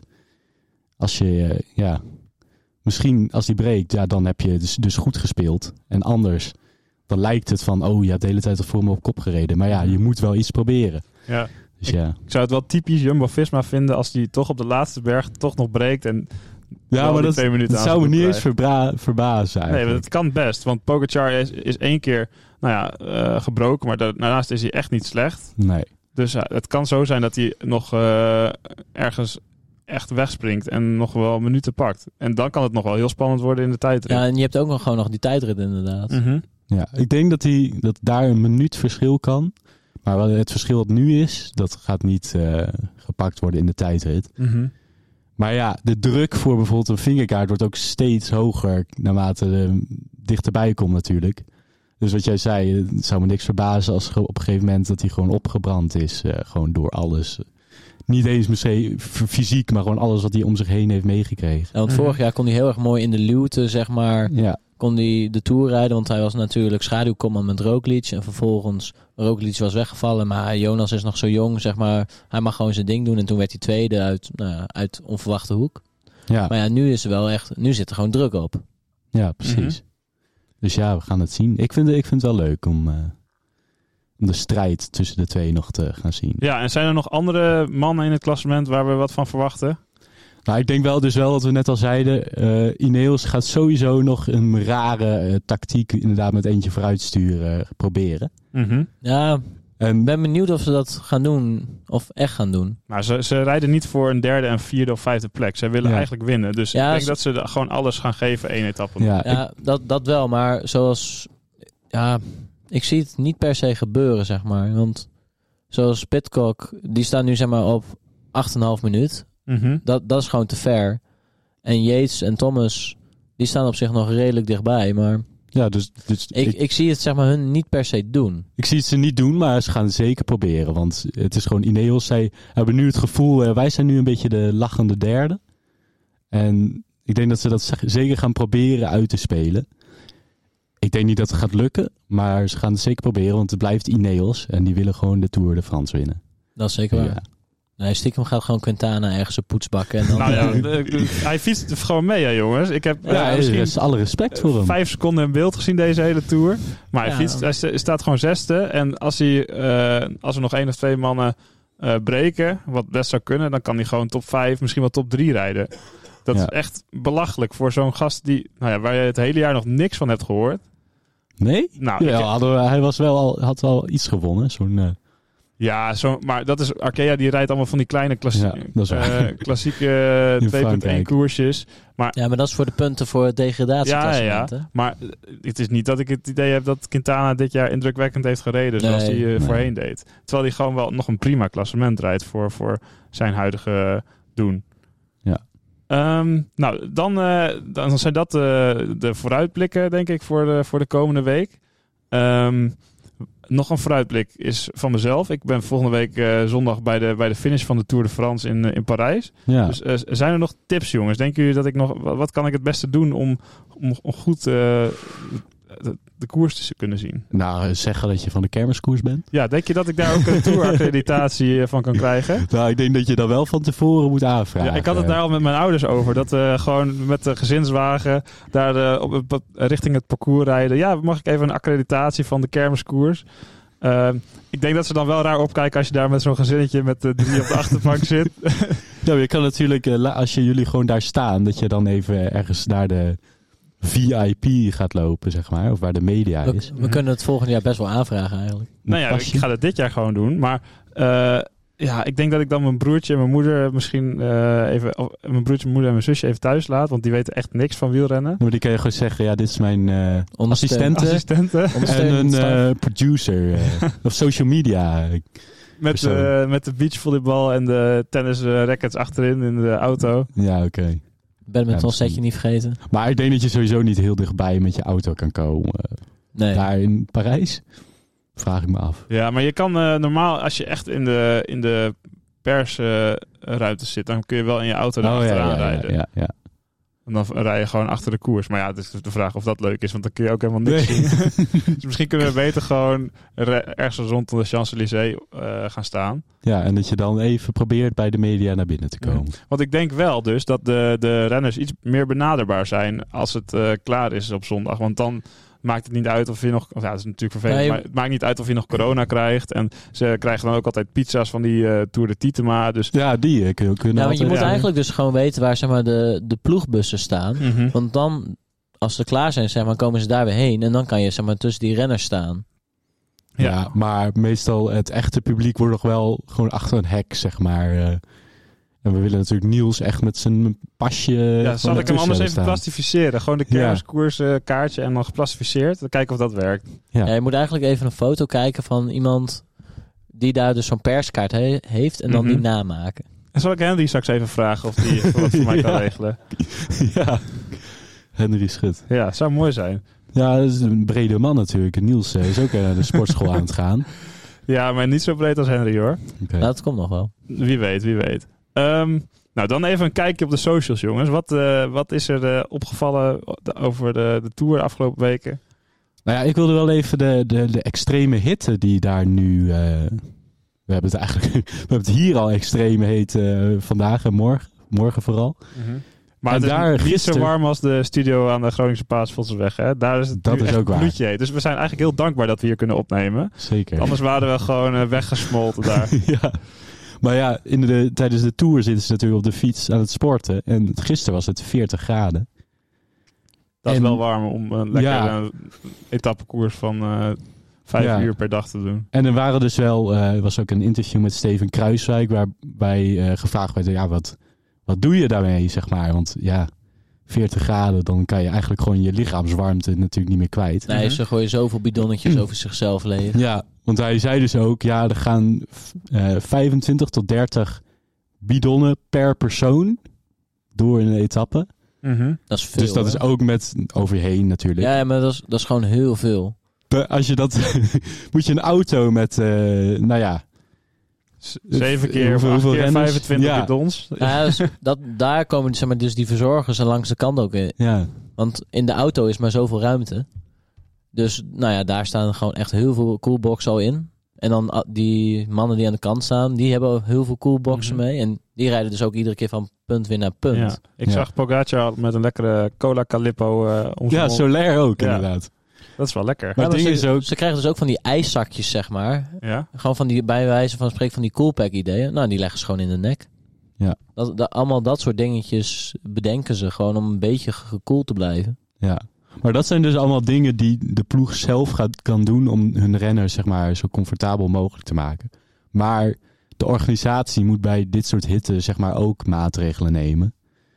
Als je... Uh, ja... Misschien als die breekt, ja, dan heb je dus, dus goed gespeeld. En anders, dan lijkt het van... oh, je hebt de hele tijd voor me op kop gereden. Maar ja, je moet wel iets proberen. Ja. Dus ja. Ik, ik zou het wel typisch Jumbo-Visma vinden... als die toch op de laatste berg toch nog breekt... en ja, maar dat, twee minuten dat zou me niet eens verbra- verbazen eigenlijk. Nee, dat kan best. Want Pogacar is, is één keer nou ja, uh, gebroken... maar daarnaast is hij echt niet slecht. Nee. Dus uh, het kan zo zijn dat hij nog uh, ergens... echt wegspringt en nog wel minuten pakt. En dan kan het nog wel heel spannend worden in de tijdrit. Ja, en je hebt ook nog gewoon nog die tijdrit inderdaad. Mm-hmm. Ja, ik denk dat, die, dat daar een minuut verschil kan. Maar het verschil wat nu is, dat gaat niet uh, gepakt worden in de tijdrit. Mm-hmm. Maar ja, de druk voor bijvoorbeeld een Vingegaard wordt ook steeds hoger naarmate de dichterbij komt natuurlijk. Dus wat jij zei, het zou me niks verbazen als op een gegeven moment dat hij gewoon opgebrand is. Uh, gewoon door alles... Niet eens misschien fysiek, maar gewoon alles wat hij om zich heen heeft meegekregen. Ja, want vorig jaar kon hij heel erg mooi in de luwte, zeg maar, ja. kon hij de Tour rijden. Want hij was natuurlijk schaduwkomman met Roglic. En vervolgens, Roglic was weggevallen, maar Jonas is nog zo jong, zeg maar. Hij mag gewoon zijn ding doen. En toen werd hij tweede uit, nou, uit onverwachte hoek. Ja. Maar ja, nu is er wel echt, nu zit er gewoon druk op. Ja, precies. Mm-hmm. Dus ja, we gaan het zien. Ik vind, ik vind het wel leuk om... Uh... om de strijd tussen de twee nog te gaan zien. Ja, en zijn er nog andere mannen in het klassement waar we wat van verwachten? Nou, ik denk wel dus wel wat we net al zeiden. Uh, Ineos gaat sowieso nog een rare uh, tactiek inderdaad met eentje vooruit sturen uh, proberen. Mm-hmm. Ja, en ben benieuwd of ze dat gaan doen. Of echt gaan doen. Maar ze, ze rijden niet voor een derde en vierde of vijfde plek. Zij willen ja. eigenlijk winnen. Dus ja, ik denk ze... dat ze gewoon alles gaan geven één etappe. Ja, ja ik... dat, dat wel. Maar zoals... Ja... Ik zie het niet per se gebeuren, zeg maar. Want zoals Pidcock, die staan nu zeg maar op acht komma vijf minuut. Mm-hmm. Dat, dat is gewoon te ver. En Yates en Thomas, die staan op zich nog redelijk dichtbij. Maar ja, dus, dus ik, ik, ik zie het zeg maar hun niet per se doen. Ik zie het ze niet doen, maar ze gaan het zeker proberen. Want het is gewoon Ineos. Zij hebben nu het gevoel, uh, wij zijn nu een beetje de lachende derde. En ik denk dat ze dat zeker gaan proberen uit te spelen. Ik denk niet dat het gaat lukken, maar ze gaan het zeker proberen, want het blijft Ineos en die willen gewoon de Tour de France winnen. Dat is zeker waar. Ja. Nee, stiekem gaat gewoon Quintana ergens een poets bakken. En dan nou ja, hij fietst gewoon mee, hè, jongens. Ik heb ja, uh, misschien is alle respect voor hem. Vijf seconden in beeld gezien deze hele Tour. Maar hij, ja. fietst, hij staat gewoon zesde. En als, hij, uh, als er nog één of twee mannen uh, breken, wat best zou kunnen, dan kan hij gewoon top vijf, misschien wel top drie rijden. Dat ja. is echt belachelijk voor zo'n gast die, nou ja, waar je het hele jaar nog niks van hebt gehoord. Nee? Nou, ja, hadden we, hij was wel al, had wel iets gewonnen. Zo'n, uh... Ja, zo, maar dat is Arkea, die rijdt allemaal van die kleine klassie, ja, uh, klassieke twee punt één koersjes. Maar, ja, maar dat is voor de punten voor het degradatieklassement. Ja, ja, maar het is niet dat ik het idee heb dat Quintana dit jaar indrukwekkend heeft gereden zoals nee, hij uh, nee. voorheen deed. Terwijl hij gewoon wel nog een prima klassement rijdt voor, voor zijn huidige doen. Um, nou, dan, uh, dan zijn dat uh, de vooruitblikken, denk ik, voor de, voor de komende week. Um, nog een vooruitblik is van mezelf. Ik ben volgende week uh, zondag bij de, bij de finish van de Tour de France in, uh, in Parijs. Ja. Dus uh, zijn er nog tips, jongens? Denken jullie dat ik nog... Wat kan ik het beste doen om, om, om goed... Uh, De, de koers te kunnen zien. Nou, zeggen dat je van de kermiskoers bent. Ja, denk je dat ik daar ook een tour-accreditatie van kan krijgen? Nou, ik denk dat je dat wel van tevoren moet aanvragen. Ja, ik had het daar al met mijn ouders over. Dat we uh, gewoon met de gezinswagen daar uh, op, op, richting het parcours rijden. Ja, mag ik even een accreditatie van de kermiskoers? Uh, ik denk dat ze dan wel raar opkijken als je daar met zo'n gezinnetje met de drie op de achterbank zit. Ja, je kan natuurlijk, uh, als je jullie gewoon daar staan, dat je dan even ergens naar de V I P gaat lopen, zeg maar. Of waar de media we, is. We kunnen het volgend jaar best wel aanvragen eigenlijk. Nou ja, ik ga het dit jaar gewoon doen. Maar uh, ja, ik denk dat ik dan mijn broertje en mijn moeder misschien uh, even... Of mijn broertje, mijn moeder en mijn zusje even thuis laat. Want die weten echt niks van wielrennen. Maar die kan je gewoon zeggen, ja, dit is mijn uh, assistente. assistente. En een uh, producer. Uh, of social media Met, uh, met de beachvolleybal en de tennisrackets achterin in de auto. Ja, oké. Okay. Badminton-setje niet vergeten. Maar ik denk dat je sowieso niet heel dichtbij met je auto kan komen. Nee. Daar in Parijs? Vraag ik me af. Ja, maar je kan uh, normaal, als je echt in de, in de persruimte uh, zit, dan kun je wel in je auto naar oh, achteraan ja, ja, rijden. Ja, ja, ja. En dan rij je gewoon achter de koers. Maar ja, het is de vraag of dat leuk is, want dan kun je ook helemaal niks nee. zien. Dus misschien kunnen we beter gewoon re- ergens rondom de Champs-Élysées uh, gaan staan. Ja, en dat je dan even probeert bij de media naar binnen te komen. Ja. Want ik denk wel dus dat de, de renners iets meer benaderbaar zijn als het uh, klaar is op zondag. Want dan maakt het niet uit of je nog... Ja, dat is natuurlijk vervelend, nee, maar het maakt niet uit of je nog corona krijgt. En ze krijgen dan ook altijd pizza's van die uh, Tour de Titema. Dus... Ja, die kun je kunnen. Ja, want je moet ja. eigenlijk dus gewoon weten waar zeg maar, de, de ploegbussen staan. Mm-hmm. Want dan, als ze klaar zijn, zeg maar, komen ze daar weer heen. En dan kan je zeg maar, tussen die renners staan. Ja, ja, maar meestal het echte publiek wordt nog wel gewoon achter een hek, zeg maar... Uh, En we willen natuurlijk Niels echt met zijn pasje... Ja, zal ik hem anders even staan. plastificeren? Gewoon de kermiskoers uh, kaartje en dan geplastificeerd. Dan kijken of dat werkt. Ja. Ja, je moet eigenlijk even een foto kijken van iemand die daar dus zo'n perskaart he- heeft en dan mm-hmm. die namaken. En zal ik Henry straks even vragen of die wat voor mij ja. kan regelen? Ja, Henry Schut. Ja, zou mooi zijn. Ja, dat is een brede man natuurlijk. Niels uh, is ook naar de sportschool aan het gaan. Ja, maar niet zo breed als Henry hoor. Okay. Nou, dat komt nog wel. Wie weet, wie weet. Um, nou, dan even een kijkje op de socials, jongens. Wat, uh, wat is er uh, opgevallen over de, de Tour de afgelopen weken? Nou ja, ik wilde wel even de, de, de extreme hitte die daar nu... Uh, we hebben het eigenlijk... we hebben het hier al extreme heet uh, vandaag en morgen. Morgen vooral. Mm-hmm. Maar en het is daar niet gister... zo warm als de studio aan de Groningse Paasvossensweg. Hè? Daar is het dat nu is echt ook waar. bloedje. Dus we zijn eigenlijk heel dankbaar dat we hier kunnen opnemen. Zeker. Anders waren we gewoon uh, weggesmolten daar. Ja. Maar ja, in de, tijdens de Tour zitten ze natuurlijk op de fiets aan het sporten. En gisteren was het veertig graden. Dat en, is wel warm om een lekker ja. uh, etappekoers van uh, vijf ja. uur per dag te doen. En er waren dus wel, uh, er was ook een interview met Steven Kruiswijk waarbij uh, gevraagd werd, ja, wat, wat doe je daarmee, zeg maar? Want ja, veertig graden, dan kan je eigenlijk gewoon je lichaamswarmte natuurlijk niet meer kwijt. Nee, ze gooien zoveel bidonnetjes over zichzelf leeg. Ja, want hij zei dus ook, ja, er gaan uh, vijfentwintig tot dertig bidonnen per persoon door in een etappe. Mm-hmm. Dat is veel. Dus dat hoor. is ook met over je heen natuurlijk. Ja, maar dat is, dat is gewoon heel veel. Als je dat... moet je een auto met, uh, nou ja... Zeven keer, hoeveel, hoeveel keer renners? vijfentwintig ja. bidons. Ja, dus dat, daar komen zeg maar, dus die verzorgers en langs de kant ook in. Ja. Want in de auto is maar zoveel ruimte. Dus nou ja, daar staan gewoon echt heel veel coolboxen al in. En dan die mannen die aan de kant staan, die hebben heel veel coolboxen mm-hmm. mee. En die rijden dus ook iedere keer van punt weer naar punt. Ja. Ik ja. zag Pogacar met een lekkere cola Calippo uh, om Ja, Soler ook ja. inderdaad. Dat is wel lekker. Maar ja, ding ze, is ook... ze krijgen dus ook van die ijszakjes, zeg maar. Ja? Gewoon van die, bij wijze van spreken van die coolpack ideeën. Nou, die leggen ze gewoon in de nek. Ja. Dat, dat, allemaal dat soort dingetjes bedenken ze gewoon om een beetje gekoeld te blijven. Ja. Maar dat zijn dus allemaal dingen die de ploeg zelf gaat, kan doen om hun renners zeg maar, zo comfortabel mogelijk te maken. Maar de organisatie moet bij dit soort hitte zeg maar, ook maatregelen nemen.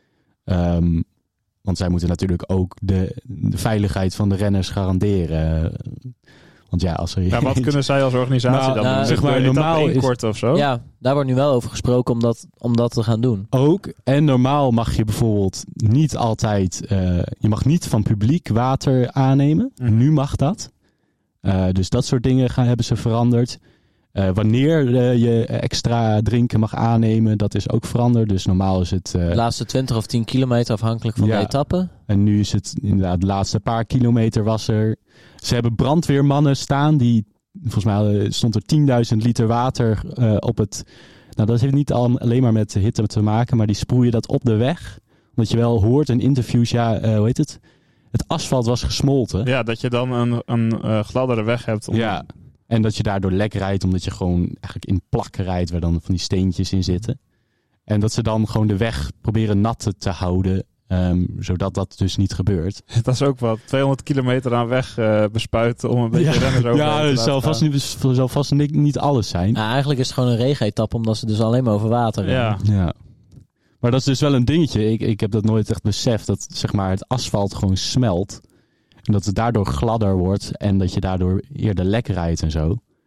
Um, want zij moeten natuurlijk ook de, de veiligheid van de renners garanderen. Want ja, als er... Ja, wat kunnen zij als organisatie nou, dan nou, doen? Zeg maar, normaal is... kort of zo? Ja, daar wordt nu wel over gesproken om dat, om dat te gaan doen. Ook. En normaal mag je bijvoorbeeld niet altijd... Uh, je mag niet van publiek water aannemen. Mm. Nu mag dat. Uh, dus dat soort dingen gaan, hebben ze veranderd. Uh, wanneer uh, je extra drinken mag aannemen, dat is ook veranderd. Dus normaal is het... Uh, de laatste twintig of tien kilometer afhankelijk van ja. de etappe. En nu is het inderdaad de laatste paar kilometer was er... Ze hebben brandweermannen staan die... Volgens mij stond er tienduizend liter water uh, op het... Nou, dat heeft niet alleen maar met hitte te maken, maar die sproeien dat op de weg. Omdat je wel hoort in interviews, ja, uh, hoe heet het? Het asfalt was gesmolten. Ja, dat je dan een, een uh, gladdere weg hebt. Om... Ja, en dat je daardoor lek rijdt, omdat je gewoon eigenlijk in plakken rijdt waar dan van die steentjes in zitten. En dat ze dan gewoon de weg proberen nat te houden, um, zodat dat dus niet gebeurt. Dat is ook wat, tweehonderd kilometer aan weg uh, bespuiten om een beetje ja. renners over ja, te dat zal vast, niet, zal vast niet, niet alles zijn. Nou, eigenlijk is het gewoon een regenetappe, omdat ze dus alleen maar over water rijden. Ja. ja. Maar dat is dus wel een dingetje. Ik, ik heb dat nooit echt beseft, dat zeg maar, het asfalt gewoon smelt. En dat het daardoor gladder wordt en dat je daardoor eerder lek rijdt en zo.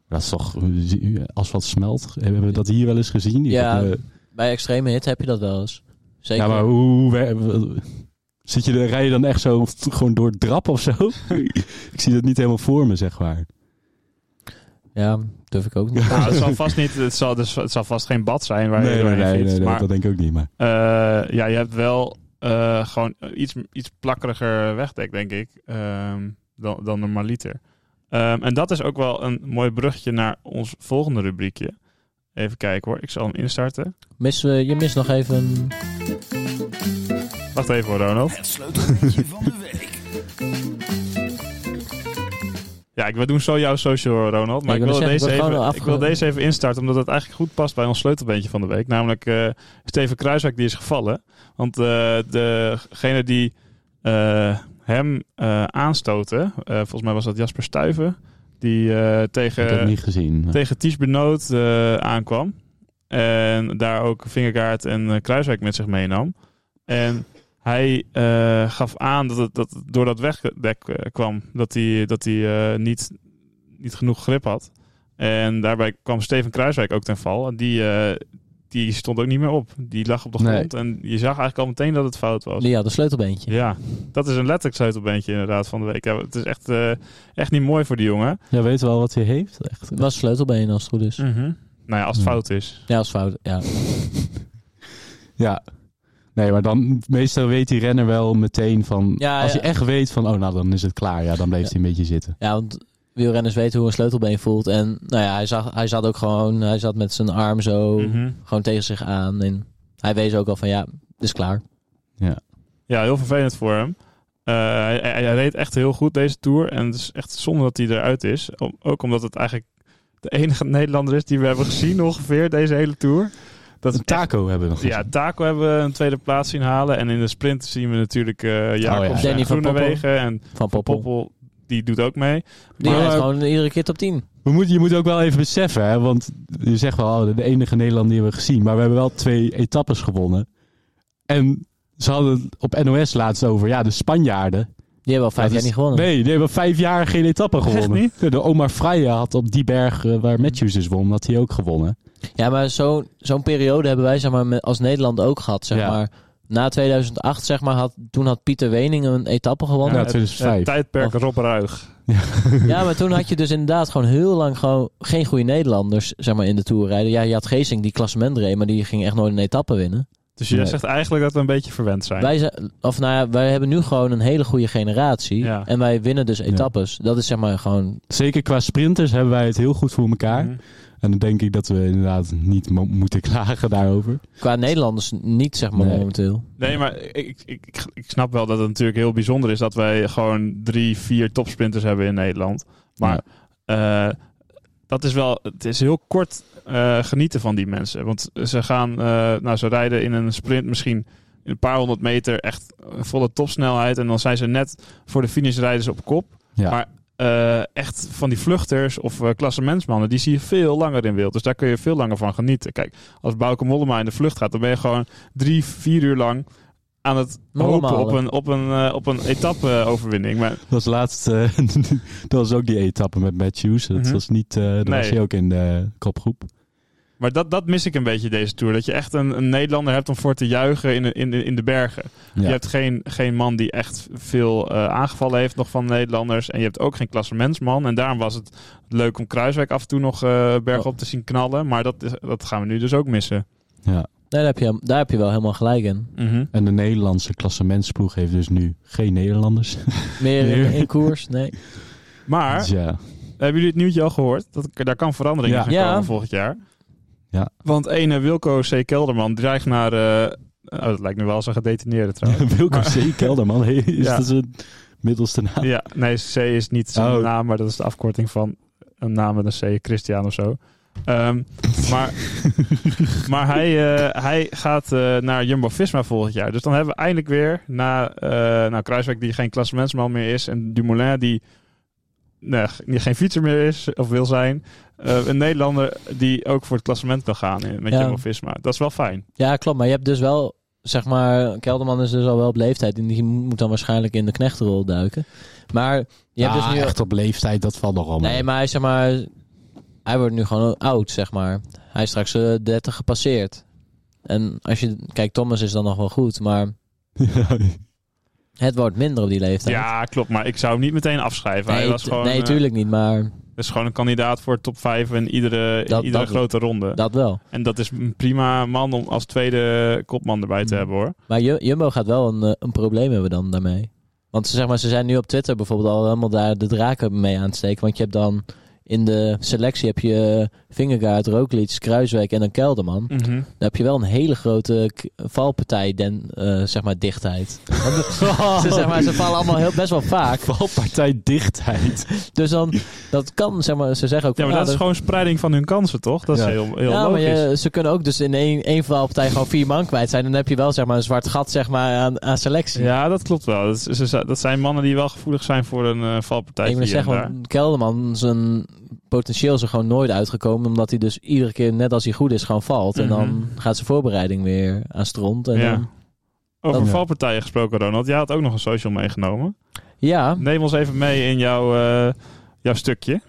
Dat is toch... Asfalt smelt. Hebben we dat hier wel eens gezien? Ik Ja, heb, uh, bij extreme hit heb je dat wel eens. Zeker. Ja, maar hoe... hoe zit je, rij je dan echt zo gewoon door het drap of zo? Ik zie dat niet helemaal voor me, zeg maar. Ja, durf ik ook niet. Nou, het zal vast niet, het zal, dus, het zal vast geen bad zijn waar nee, je doorheen nee, nee, fietst. nee, maar, dat denk ik ook niet. Maar uh, ja, je hebt wel uh, gewoon iets, iets plakkeriger wegdek, denk ik, um, dan, dan normaliter. Um, en dat is ook wel een mooi bruggetje naar ons volgende rubriekje. Even kijken hoor, ik zal hem instarten. Mis, uh, je mist nog even... Wacht even hoor, Ronald. Het sleutelbeentje van de week. Ja, we doen zo jouw social, Ronald. Maar ja, ik, wil zeggen, deze ik, wil even, afge... ik wil deze even instarten, omdat het eigenlijk goed past bij ons sleutelbeentje van de week. Namelijk uh, Steven Kruijswijk, die is gevallen. Want uh, degene die uh, hem uh, aanstoten, uh, volgens mij was dat Jasper Stuyven, die uh, tegen, ik heb het niet gezien. Maar... tegen Ties Benoot uh, aankwam. En daar ook Vingegaard en uh, Kruijswijk met zich meenam. En hij uh, gaf aan dat het, dat het door dat wegdek uh, kwam. Dat hij, dat hij uh, niet, niet genoeg grip had. En daarbij kwam Steven Kruijswijk ook ten val. En die, uh, die stond ook niet meer op. Die lag op de grond. Nee. En je zag eigenlijk al meteen dat het fout was. Die had een sleutelbeentje. Ja, dat is een letterlijk sleutelbeentje inderdaad van de week. Ja, het is echt, uh, echt niet mooi voor die jongen. Ja, weet je wel wat hij heeft? Echt. Het was sleutelbeen als het goed is. Mm-hmm. Nou ja, als het ja. fout is. Ja, als het fout, ja. Ja. Nee, maar dan meestal weet die renner wel meteen van... Ja, als ja. hij echt weet van, oh nou, dan is het klaar. Ja, dan bleef ja. hij een beetje zitten. Ja, want wielrenners weten hoe een sleutelbeen voelt. En nou ja, hij, zag, hij zat ook gewoon... Hij zat met zijn arm zo Mm-hmm. gewoon tegen zich aan. En hij wees ook al van, ja, het is klaar. Ja, ja heel vervelend voor hem. Uh, hij, hij, hij reed echt heel goed deze Tour. En het is echt zonde dat hij eruit is. Om, ook omdat het eigenlijk de enige Nederlander is die we hebben gezien ongeveer deze hele Tour. Dat is Taco echt, hebben we nog Ja, Taco hebben we een tweede plaats zien halen. En in de sprint zien we natuurlijk uh, Jacobs oh, ja. en Groenewegen. En Van Poppel. Poppel, die doet ook mee. Die maar, rijdt gewoon iedere keer top tien. We moet, je moet ook wel even beseffen, hè, want je zegt wel, oh, de enige Nederlander die we hebben gezien. Maar we hebben wel twee etappes gewonnen. En ze hadden het op N O S laatst over, ja, de Spanjaarden. Die hebben al vijf ja, jaar dus, niet gewonnen. Nee, die hebben vijf jaar geen etappe gewonnen. Echt niet? De Omar Fraile had op die berg uh, waar Matthews dus won, had hij ook gewonnen. Ja, maar zo, zo'n periode hebben wij zeg maar, als Nederland ook gehad. Zeg ja. maar. Na tweeduizend acht, zeg maar, had, toen had Pieter Wening een etappe gewonnen. Ja, het, tweeduizend vijf. Het tijdperk of, Rob Ruig. Ja. ja, maar toen had je dus inderdaad gewoon heel lang gewoon geen goede Nederlanders zeg maar, in de Tour rijden. Ja, je had Geesink die klassement reed, maar die ging echt nooit een etappe winnen. Dus je nee. zegt eigenlijk dat we een beetje verwend zijn. Wij, zijn, of nou ja, wij hebben nu gewoon een hele goede generatie. Ja. En wij winnen dus etappes. Ja. Dat is zeg maar gewoon... Zeker qua sprinters hebben wij het heel goed voor elkaar. Mm-hmm. En dan denk ik dat we inderdaad niet mo- moeten klagen daarover. Qua Nederlanders niet, zeg maar, nee. momenteel. Nee, maar ik, ik, ik, ik snap wel dat het natuurlijk heel bijzonder is dat wij gewoon drie, vier topsprinters hebben in Nederland. Maar ja. uh, dat is wel, het is heel kort uh, genieten van die mensen. Want ze gaan, uh, nou ze rijden in een sprint misschien in een paar honderd meter echt volle topsnelheid. En dan zijn ze net voor de finish rijden ze op kop. Ja. Maar Uh, echt van die vluchters of uh, klassementsmannen, die zie je veel langer in wild. Dus daar kun je veel langer van genieten. Kijk, als Bauke Mollema in de vlucht gaat, dan ben je gewoon drie, vier uur lang aan het Mollema hopen op een, op een, uh, op een etappe-overwinning. Maar... Dat was laatst, uh, dat was ook die etappe met Matthews. Dat mm-hmm. was niet, uh, dat nee. was hij ook in de kopgroep. Maar dat, dat mis ik een beetje deze Tour. Dat je echt een, een Nederlander hebt om voor te juichen in de, in de, in de bergen. Ja. Je hebt geen, geen man die echt veel uh, aangevallen heeft nog van Nederlanders. En je hebt ook geen klassementsman. En daarom was het leuk om Kruijswijk af en toe nog uh, bergop te zien knallen. Maar dat, is, dat gaan we nu dus ook missen. Ja. Nee, daar, heb je, daar heb je wel helemaal gelijk in. Mm-hmm. En de Nederlandse klassementsploeg heeft dus nu geen Nederlanders. Meer in, in koers, nee. Maar, dus ja. hebben jullie het nieuwtje al gehoord? Dat, daar kan verandering ja. in gaan ja. komen volgend jaar. Ja. Want ene Wilco C. Kelderman dreigt naar... Uh, oh, dat lijkt nu wel als een gedetineerde trouwens. Wilco C. Kelderman, hey, is ja. dat zijn middelste naam? Ja, nee, C is niet zijn oh. naam, maar dat is de afkorting van een naam met een C, Christian of zo. Um, maar maar hij, uh, hij gaat uh, naar Jumbo-Visma volgend jaar. Dus dan hebben we eindelijk weer na uh, nou, Kruijswijk die geen klassementsman meer is en Dumoulin die, nee, die geen fietser meer is of wil zijn. Uh, een Nederlander die ook voor het klassement kan gaan in, met ja. Jumbo-Visma. Dat is wel fijn. Ja, klopt. Maar je hebt dus wel, zeg maar, Kelderman is dus al wel op leeftijd en die moet dan waarschijnlijk in de knechtenrol duiken. Maar je ja, hebt dus nu echt op leeftijd, dat valt nog allemaal. Nee, maar zeg maar, hij wordt nu gewoon oud, zeg maar. Hij is straks uh, dertig gepasseerd. En als je... Kijk, Thomas is dan nog wel goed, maar... Het wordt minder op die leeftijd. Ja, klopt. Maar ik zou hem niet meteen afschrijven. Nee, Hij was t- gewoon, nee, uh, tuurlijk niet, maar... Het is gewoon een kandidaat voor top vijf in iedere, Dat- in iedere dat- grote ronde. Dat wel. En dat is een prima man om als tweede kopman erbij te Mm. hebben, hoor. Maar Ju- Jumbo gaat wel een, uh, een probleem hebben dan daarmee. Want zeg maar, ze zijn nu op Twitter bijvoorbeeld al helemaal daar de draken mee aan het steken. Want je hebt dan in de selectie heb je Vingegaard, Roglic, Kruiswijk en dan Kelderman. Mm-hmm. Dan heb je wel een hele grote k- valpartij, den, uh, zeg maar, dichtheid. Want, ze, zeg maar, ze vallen allemaal heel, best wel vaak. Valpartij dichtheid. Dus dan, dat kan, zeg maar, ze zeggen ook... Ja, maar van, dat ah, is gewoon spreiding van hun kansen, toch? Dat is Ja. heel, heel ja, maar logisch. je, ze kunnen ook dus in één, één valpartij gewoon vier man kwijt zijn. Dan heb je wel, zeg maar, een zwart gat, zeg maar, aan, aan selectie. Ja, dat klopt wel. Dat, is, ze- dat zijn mannen die wel gevoelig zijn voor een uh, valpartij. Ik moet zeggen, want Kelderman, zijn potentieel is er gewoon nooit uitgekomen. Omdat hij dus iedere keer, net als hij goed is, gewoon valt. En dan Mhm. gaat zijn voorbereiding weer aan stront. En Ja. dan, Over dat- valpartijen gesproken, Ronald. Jij had ook nog een social meegenomen. ja, Neem ons even mee in jouw, uh, jouw stukje.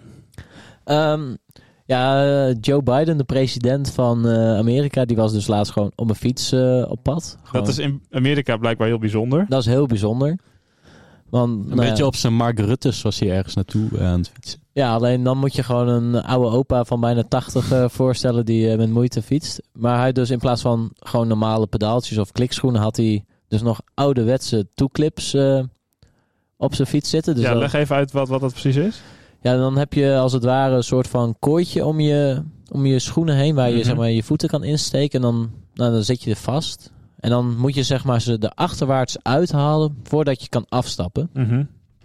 um, ja, uh, Joe Biden, de president van uh, Amerika, die was dus laatst gewoon op een fiets uh, op pad. Gewoon, Dat is in Amerika blijkbaar heel bijzonder. dat is heel bijzonder. Want, Een nou ja, beetje op zijn Mark Rutte's was hij ergens naartoe uh, aan het fietsen. Ja, alleen dan moet je gewoon een oude opa van bijna tachtig uh, voorstellen die uh, met moeite fietst. Maar hij dus in plaats van gewoon normale pedaaltjes of klikschoenen had hij dus nog ouderwetse toeclips uh, op zijn fiets zitten. Dus ja, dat- leg even uit wat, wat dat precies is. ja, dan heb je als het ware een soort van kooitje om je, om je schoenen heen waar je Mhm. zeg maar, je voeten kan insteken. En dan, nou, dan zit je er vast. En dan moet je zeg maar, ze er achterwaarts uithalen voordat je kan afstappen. Mhm.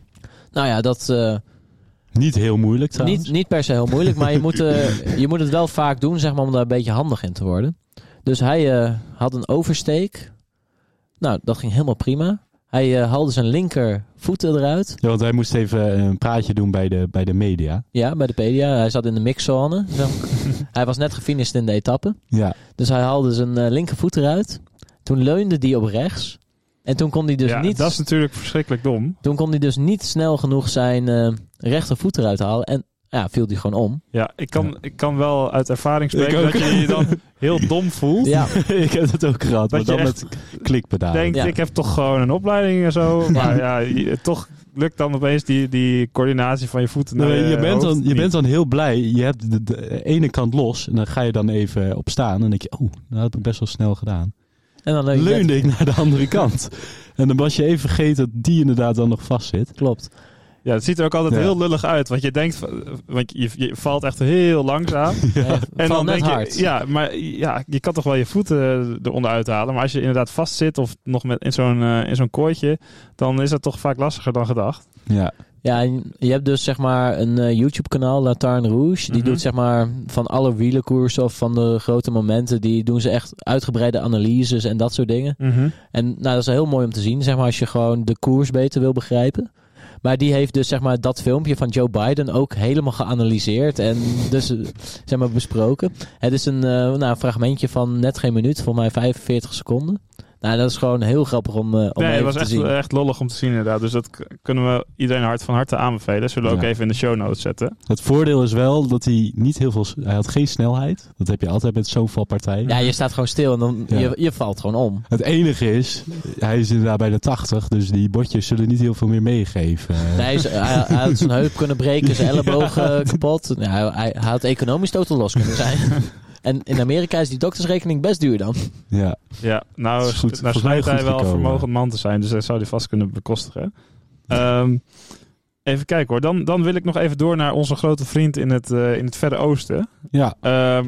Nou ja, dat... Uh, Niet heel moeilijk trouwens. Niet, niet per se heel moeilijk, maar je moet, uh, je moet het wel vaak doen, zeg maar, om daar een beetje handig in te worden. Dus hij uh, had een oversteek. Nou, dat ging helemaal prima. Hij uh, haalde zijn linkervoeten eruit. Ja, want hij moest even een praatje doen bij de, bij de media. Ja, bij de pedia. Hij zat in de mixzone. Zo. Hij was net gefinished in de etappe. Ja, Dus hij haalde zijn uh, linkervoet eruit. Toen leunde die op rechts. En toen kon hij dus ja, niet... dat is natuurlijk verschrikkelijk dom. Toen kon hij dus niet snel genoeg zijn uh, rechtervoet eruit halen. En ja, viel hij gewoon om. Ja, ik kan, Ja. ik kan wel uit ervaring spreken Ik ook. dat je je dan heel dom voelt. Ja, ik heb het ook gehad. Maar Dat je dan echt met klikpedalen. Denkt, Ja. ik heb toch gewoon een opleiding en zo. Maar ja, je- toch lukt dan opeens die, die coördinatie van je voeten naar Nee, je, bent hoofd dan, je niet. bent dan heel blij. Je hebt de, de ene kant los. En dan ga je dan even op staan. En dan denk je, oh, dat heb ik best wel snel gedaan. en dan leunde Leunde ik naar de andere kant. En dan was je even vergeten dat die inderdaad dan nog vast zit. Klopt. Ja, het ziet er ook altijd Ja. heel lullig uit. Want je denkt, want je, je valt echt heel langzaam. Ja. En dan net denk hard. je, ja, maar ja, je kan toch wel je voeten eronder uithalen. Maar als je inderdaad vast zit of nog met in zo'n uh, in zo'n kooitje, dan is dat toch vaak lastiger dan gedacht. Ja. Ja, en je hebt dus zeg maar een uh, YouTube-kanaal, La Tarn Rouge. Die Mhm. doet zeg maar van alle wielerkoersen of van de grote momenten, die doen ze echt uitgebreide analyses en dat soort dingen. En nou, dat is heel mooi om te zien, zeg maar, als je gewoon de koers beter wil begrijpen. Maar die heeft dus zeg maar dat filmpje van Joe Biden ook helemaal geanalyseerd en dus uh, zeg maar besproken. Het is een, uh, nou, een fragmentje van net geen minuut, volgens mij vijfenveertig seconden. Nou, dat is gewoon heel grappig om, uh, om Nee, het even was te echt, zien. echt lollig om te zien inderdaad. Dus dat k- kunnen we iedereen hard van harte aanbevelen. Zullen we ook Ja. even in de show notes zetten. Het voordeel is wel dat hij niet heel veel... Hij had geen snelheid. Dat heb je altijd met zo'n valpartij. Ja, je staat gewoon stil en dan Ja. je, je valt gewoon om. Het enige is, hij is inderdaad bij de tachtig. Dus die botjes zullen niet heel veel meer meegeven. Nee, ze- hij, hij had zijn heup kunnen breken, zijn elleboog uh, kapot. Ja, hij, hij had economisch totaal los kunnen zijn. En in Amerika is die doktersrekening best duur dan. Ja. Ja, nou, Dat is goed. nou Volgens mij schijnt hij goed wel een gekomen. vermogend man te zijn. Dus dat zou hij vast kunnen bekostigen. Ehm, even kijken hoor. Dan, dan wil ik nog even door naar onze grote vriend in het, uh, in het Verre Oosten. Ja. Ehm,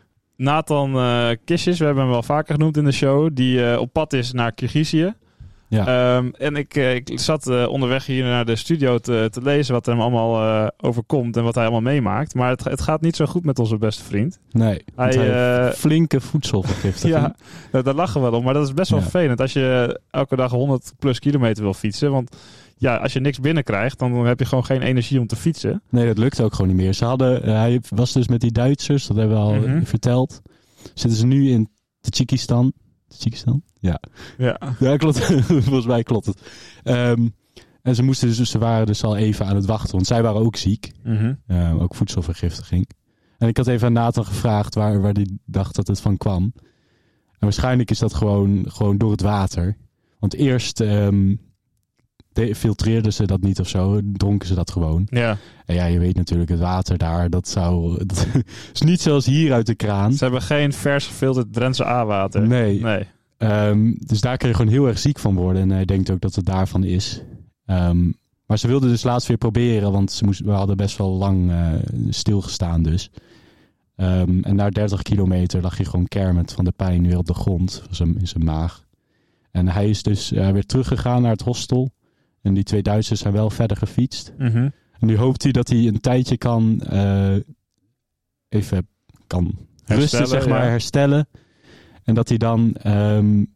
Nathan uh, Kissjes, we hebben hem wel vaker genoemd in de show. Die uh, op pad is naar Kirgizië. Ja. Um, en ik, uh, ik zat uh, onderweg hier naar de studio te, te lezen wat er hem allemaal uh, overkomt en wat hij allemaal meemaakt. Maar het, het gaat niet zo goed met onze beste vriend. Nee. want Hij, hij heeft uh, flinke voedselvergiftiging. Ja, nou, daar lachen we wel om. Maar dat is best wel Ja. vervelend als je elke dag honderd plus kilometer wil fietsen. Want ja, als je niks binnenkrijgt, dan heb je gewoon geen energie om te fietsen. Nee, dat lukt ook gewoon niet meer. Ze hadden, uh, hij was dus met die Duitsers, dat hebben we al Mhm. verteld. Zitten ze nu in Tajikistan. Tajikistan? Ja. Ja. Ja, klopt. Volgens mij klopt het. Um, en ze, moesten dus, ze waren dus al even aan het wachten, want zij waren ook ziek. Mhm. Uh, ook voedselvergiftiging. En ik had even aan Nathan gevraagd waar, waar die dacht dat het van kwam. En waarschijnlijk is dat gewoon, gewoon door het water. Want eerst um, de, filtreerden ze dat niet of zo. Dronken ze dat gewoon. Ja. En ja, je weet natuurlijk, het water daar, dat zou... Dat is niet zoals hier uit de kraan. Ze hebben geen vers gefilterd Drentse A-water. Nee. nee. Um, dus daar kun je gewoon heel erg ziek van worden. En hij denkt ook dat het daarvan is. Um, maar ze wilden dus laatst weer proberen. Want ze moesten, we hadden best wel lang uh, stilgestaan dus. Um, en na dertig kilometer lag hij gewoon kermend van de pijn weer op de grond. In zijn maag. En hij is dus uh, weer teruggegaan naar het hostel. En die twee Duitsers zijn wel verder gefietst. Mm-hmm. En nu hoopt hij dat hij een tijdje kan... Uh, even kan Herstellen, rusten, zeg maar, ja. herstellen. En dat hij dan... Um,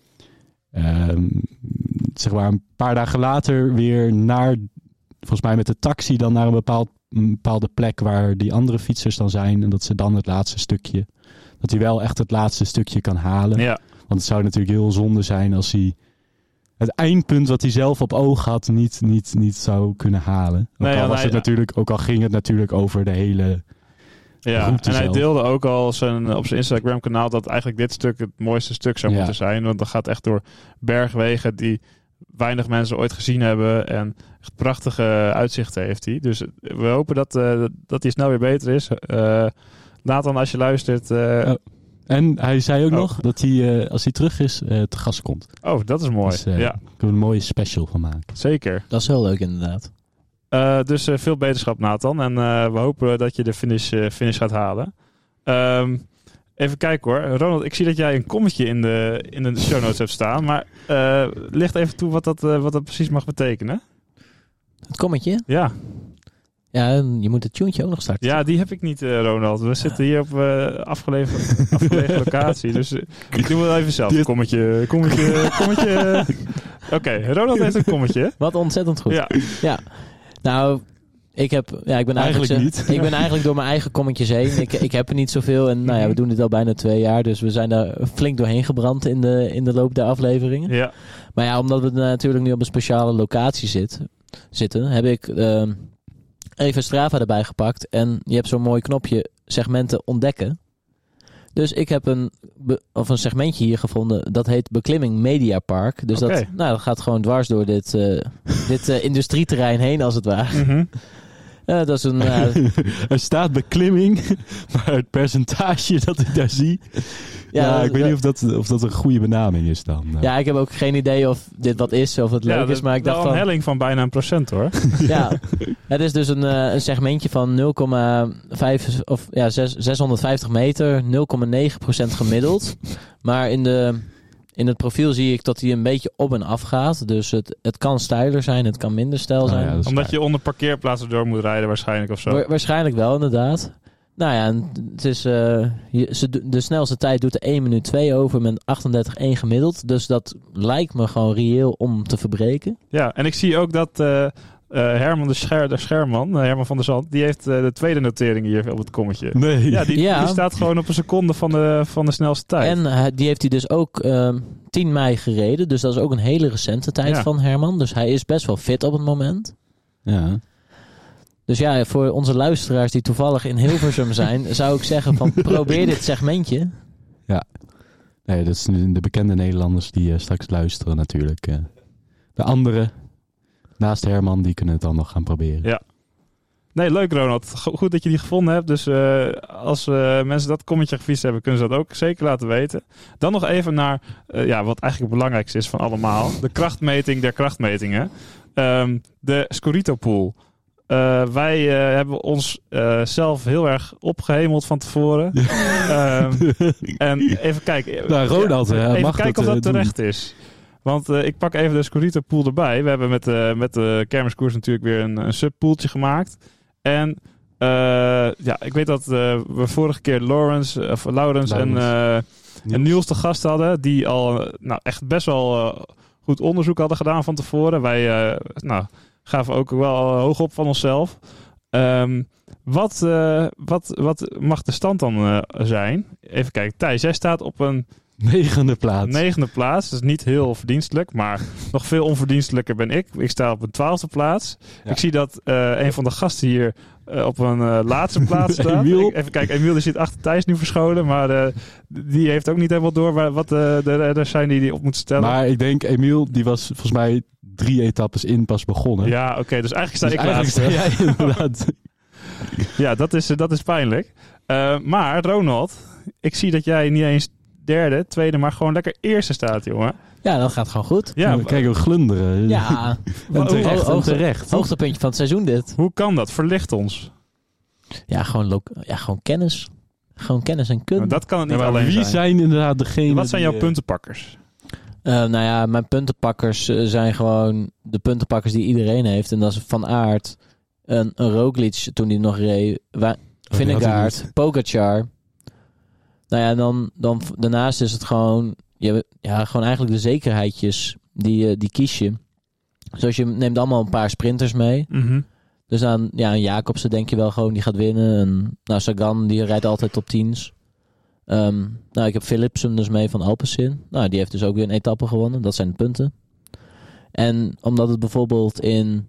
um, zeg maar een paar dagen later weer naar... Volgens mij met de taxi dan naar een, bepaald, een bepaalde plek waar die andere fietsers dan zijn. En dat ze dan het laatste stukje... Dat hij wel echt het laatste stukje kan halen. Ja. Want het zou natuurlijk heel zonde zijn als hij... Het eindpunt wat hij zelf op oog had niet, niet, niet zou kunnen halen. Ook Nee, al ja, was nee, het natuurlijk, ook al ging het natuurlijk over de hele... Ja, route en hij zelf. deelde ook al zijn, op zijn Instagram kanaal dat eigenlijk dit stuk het mooiste stuk zou Ja. moeten zijn. Want dat gaat echt door bergwegen die weinig mensen ooit gezien hebben. En echt prachtige uitzichten heeft hij. Dus we hopen dat, uh, dat hij snel weer beter is. Uh, laat dan als je luistert... Uh, Oh. En hij zei ook Oh. nog dat hij, uh, als hij terug is, uh, te gast komt. oh, dat is mooi. Dus uh, ja, kunnen we een mooie special van maken. zeker. Dat is heel leuk inderdaad. Uh, dus uh, veel beterschap, Nathan. En uh, we hopen dat je de finish, uh, finish gaat halen. Um, even kijken hoor. Ronald, ik zie dat jij een kommetje in de, in de show notes hebt staan. Maar uh, licht even toe wat dat, uh, wat dat precies mag betekenen. Het kommetje? Ja. Ja, en je moet het tuentje ook nog starten. ja, die heb ik niet, uh, Ronald. We zitten hier op uh, afgelegen, afgelegen locatie. Dus uh, ik doe het even zelf. Dit- Kommetje, kommetje, kommetje. Oké, okay, Ronald heeft een kommetje. Wat ontzettend goed. Ja. Ja. Nou, ik heb... Ja, ik ben eigenlijk... Eigenlijk zo- niet. Ik ben eigenlijk door mijn eigen kommetjes heen. Ik, ik heb er niet zoveel. En nou ja, we doen dit al bijna twee jaar. Dus we zijn daar flink doorheen gebrand in de, in de loop der afleveringen. Ja. Maar ja, omdat we natuurlijk nu op een speciale locatie zit, zitten, heb ik uh, even Strava erbij gepakt. En je hebt zo'n mooi knopje segmenten ontdekken. Dus ik heb een, be- of een segmentje hier gevonden. Dat heet Beklimming Media Park. Dus Oké. dat, nou, dat gaat gewoon dwars door dit, uh, dit uh, industrieterrein heen als het ware. Mm-hmm. Uh, dat is een... Uh, Er staat beklimming, maar het percentage dat ik daar zie... Ja, ja, ik weet niet of dat, of dat een goede benaming is dan. ja, ik heb ook geen idee of dit wat is of het leuk ja, is. Maar ik dacht wel van... een helling van bijna een procent hoor. Ja, het is dus een, uh, een segmentje van nul komma vijf of ja, zes, zeshonderdvijftig meter, nul komma negen procent gemiddeld. Maar in, de, in het profiel zie ik dat hij een beetje op en af gaat. Dus het, het kan steiler zijn, het kan minder steil Oh ja, zijn. dat is Omdat waar. je onder parkeerplaatsen door moet rijden waarschijnlijk of zo. Wa- waarschijnlijk wel, inderdaad. Nou ja, en het is, uh, je, ze, do- de snelste tijd doet er één minuut twee over met achtendertig komma één gemiddeld. Dus dat lijkt me gewoon reëel om te verbreken. Ja, en ik zie ook dat uh, uh, Herman de, Scher, de Scherman, uh, Herman van der Zand, die heeft uh, de tweede notering hier op het kommetje. Nee. Ja, die, Ja. die staat gewoon op een seconde van de, van de snelste tijd. En uh, die heeft hij dus ook uh, tien mei gereden. Dus dat is ook een hele recente tijd Ja. van Herman. Dus hij is best wel fit op het moment. Ja. Dus ja, voor onze luisteraars die toevallig in Hilversum zijn, zou ik zeggen van probeer dit segmentje. Nee, dat zijn de bekende Nederlanders die uh, straks luisteren natuurlijk. Uh, de anderen, naast Herman, die kunnen het dan nog gaan proberen. Ja. Nee, leuk Ronald. Go- Goed dat je die gevonden hebt. Dus uh, als uh, mensen dat kommetje gefietst hebben, kunnen ze dat ook zeker laten weten. Dan nog even naar uh, ja, wat eigenlijk het belangrijkste is van allemaal. De krachtmeting der krachtmetingen. Um, de Scorito Pool. Uh, wij uh, hebben ons uh, zelf heel erg opgehemeld van tevoren. um, en even kijken. Nou, Ronald, Ja, uh, even mag kijken dat, of uh, dat terecht is. Want uh, ik pak even de Scorito Pool erbij. We hebben met, uh, met de kermiskoers natuurlijk weer een, een subpooltje gemaakt. En uh, ja, ik weet dat uh, we vorige keer Lawrence, of Laurens en, uh, en Niels te gast hadden. Die al uh, nou, echt best wel uh, goed onderzoek hadden gedaan van tevoren. Wij uh, nou, gaven ook wel uh, hoog op van onszelf. Um, wat, uh, wat, wat mag de stand dan uh, zijn? Even kijken. Thijs, jij staat op een Negende plaats. negende plaats. Dat is niet heel verdienstelijk, maar nog veel onverdienstelijker ben ik. Ik sta op een twaalfde plaats. Ja. Ik zie dat uh, een van de gasten hier uh, op een uh, laatste plaats staat. Emiel. Ik, even kijken, Emiel die zit achter Thijs nu verscholen. Maar uh, die heeft ook niet helemaal door waar, wat uh, de redders zijn die die op moeten stellen. Maar ik denk, Emiel, die was volgens mij drie etappes in pas begonnen. Ja, oké. Okay, dus eigenlijk sta dus ik eigenlijk laatste. sta jij inderdaad. Ja, dat is, dat is pijnlijk. Uh, maar Ronald, ik zie dat jij niet eens derde, tweede, maar gewoon lekker eerste staat, jongen. Ja, dat gaat gewoon goed. Ja, we kijken we glunderen. Ja, en terecht, ho- en terecht. Hoogtepuntje van het seizoen dit. Hoe kan dat? Verlicht ons. Ja, gewoon, lo- ja, gewoon kennis. Gewoon kennis en kunde. Maar dat kan het niet Ja, maar alleen wie zijn. zijn inderdaad degene Wat zijn die, jouw uh, puntenpakkers? Uh, nou ja, mijn puntenpakkers uh, zijn gewoon de puntenpakkers die iedereen heeft. En dat is Van Aert, een, een Roglic toen hij nog reed, Wa- Vingegaard, Pogacar. Nou ja, en dan, dan daarnaast is het gewoon, je, ja, gewoon eigenlijk de zekerheidjes die, uh, die kies je. Zoals je neemt allemaal een paar sprinters mee. Mm-hmm. Dus aan, ja, aan Jacobsen denk je wel gewoon, die gaat winnen. En, nou, Sagan, die rijdt altijd top tiens. Um, nou, ik heb Philipsen dus mee van Alpecin. Nou, die heeft dus ook weer een etappe gewonnen. Dat zijn de punten. En omdat het bijvoorbeeld in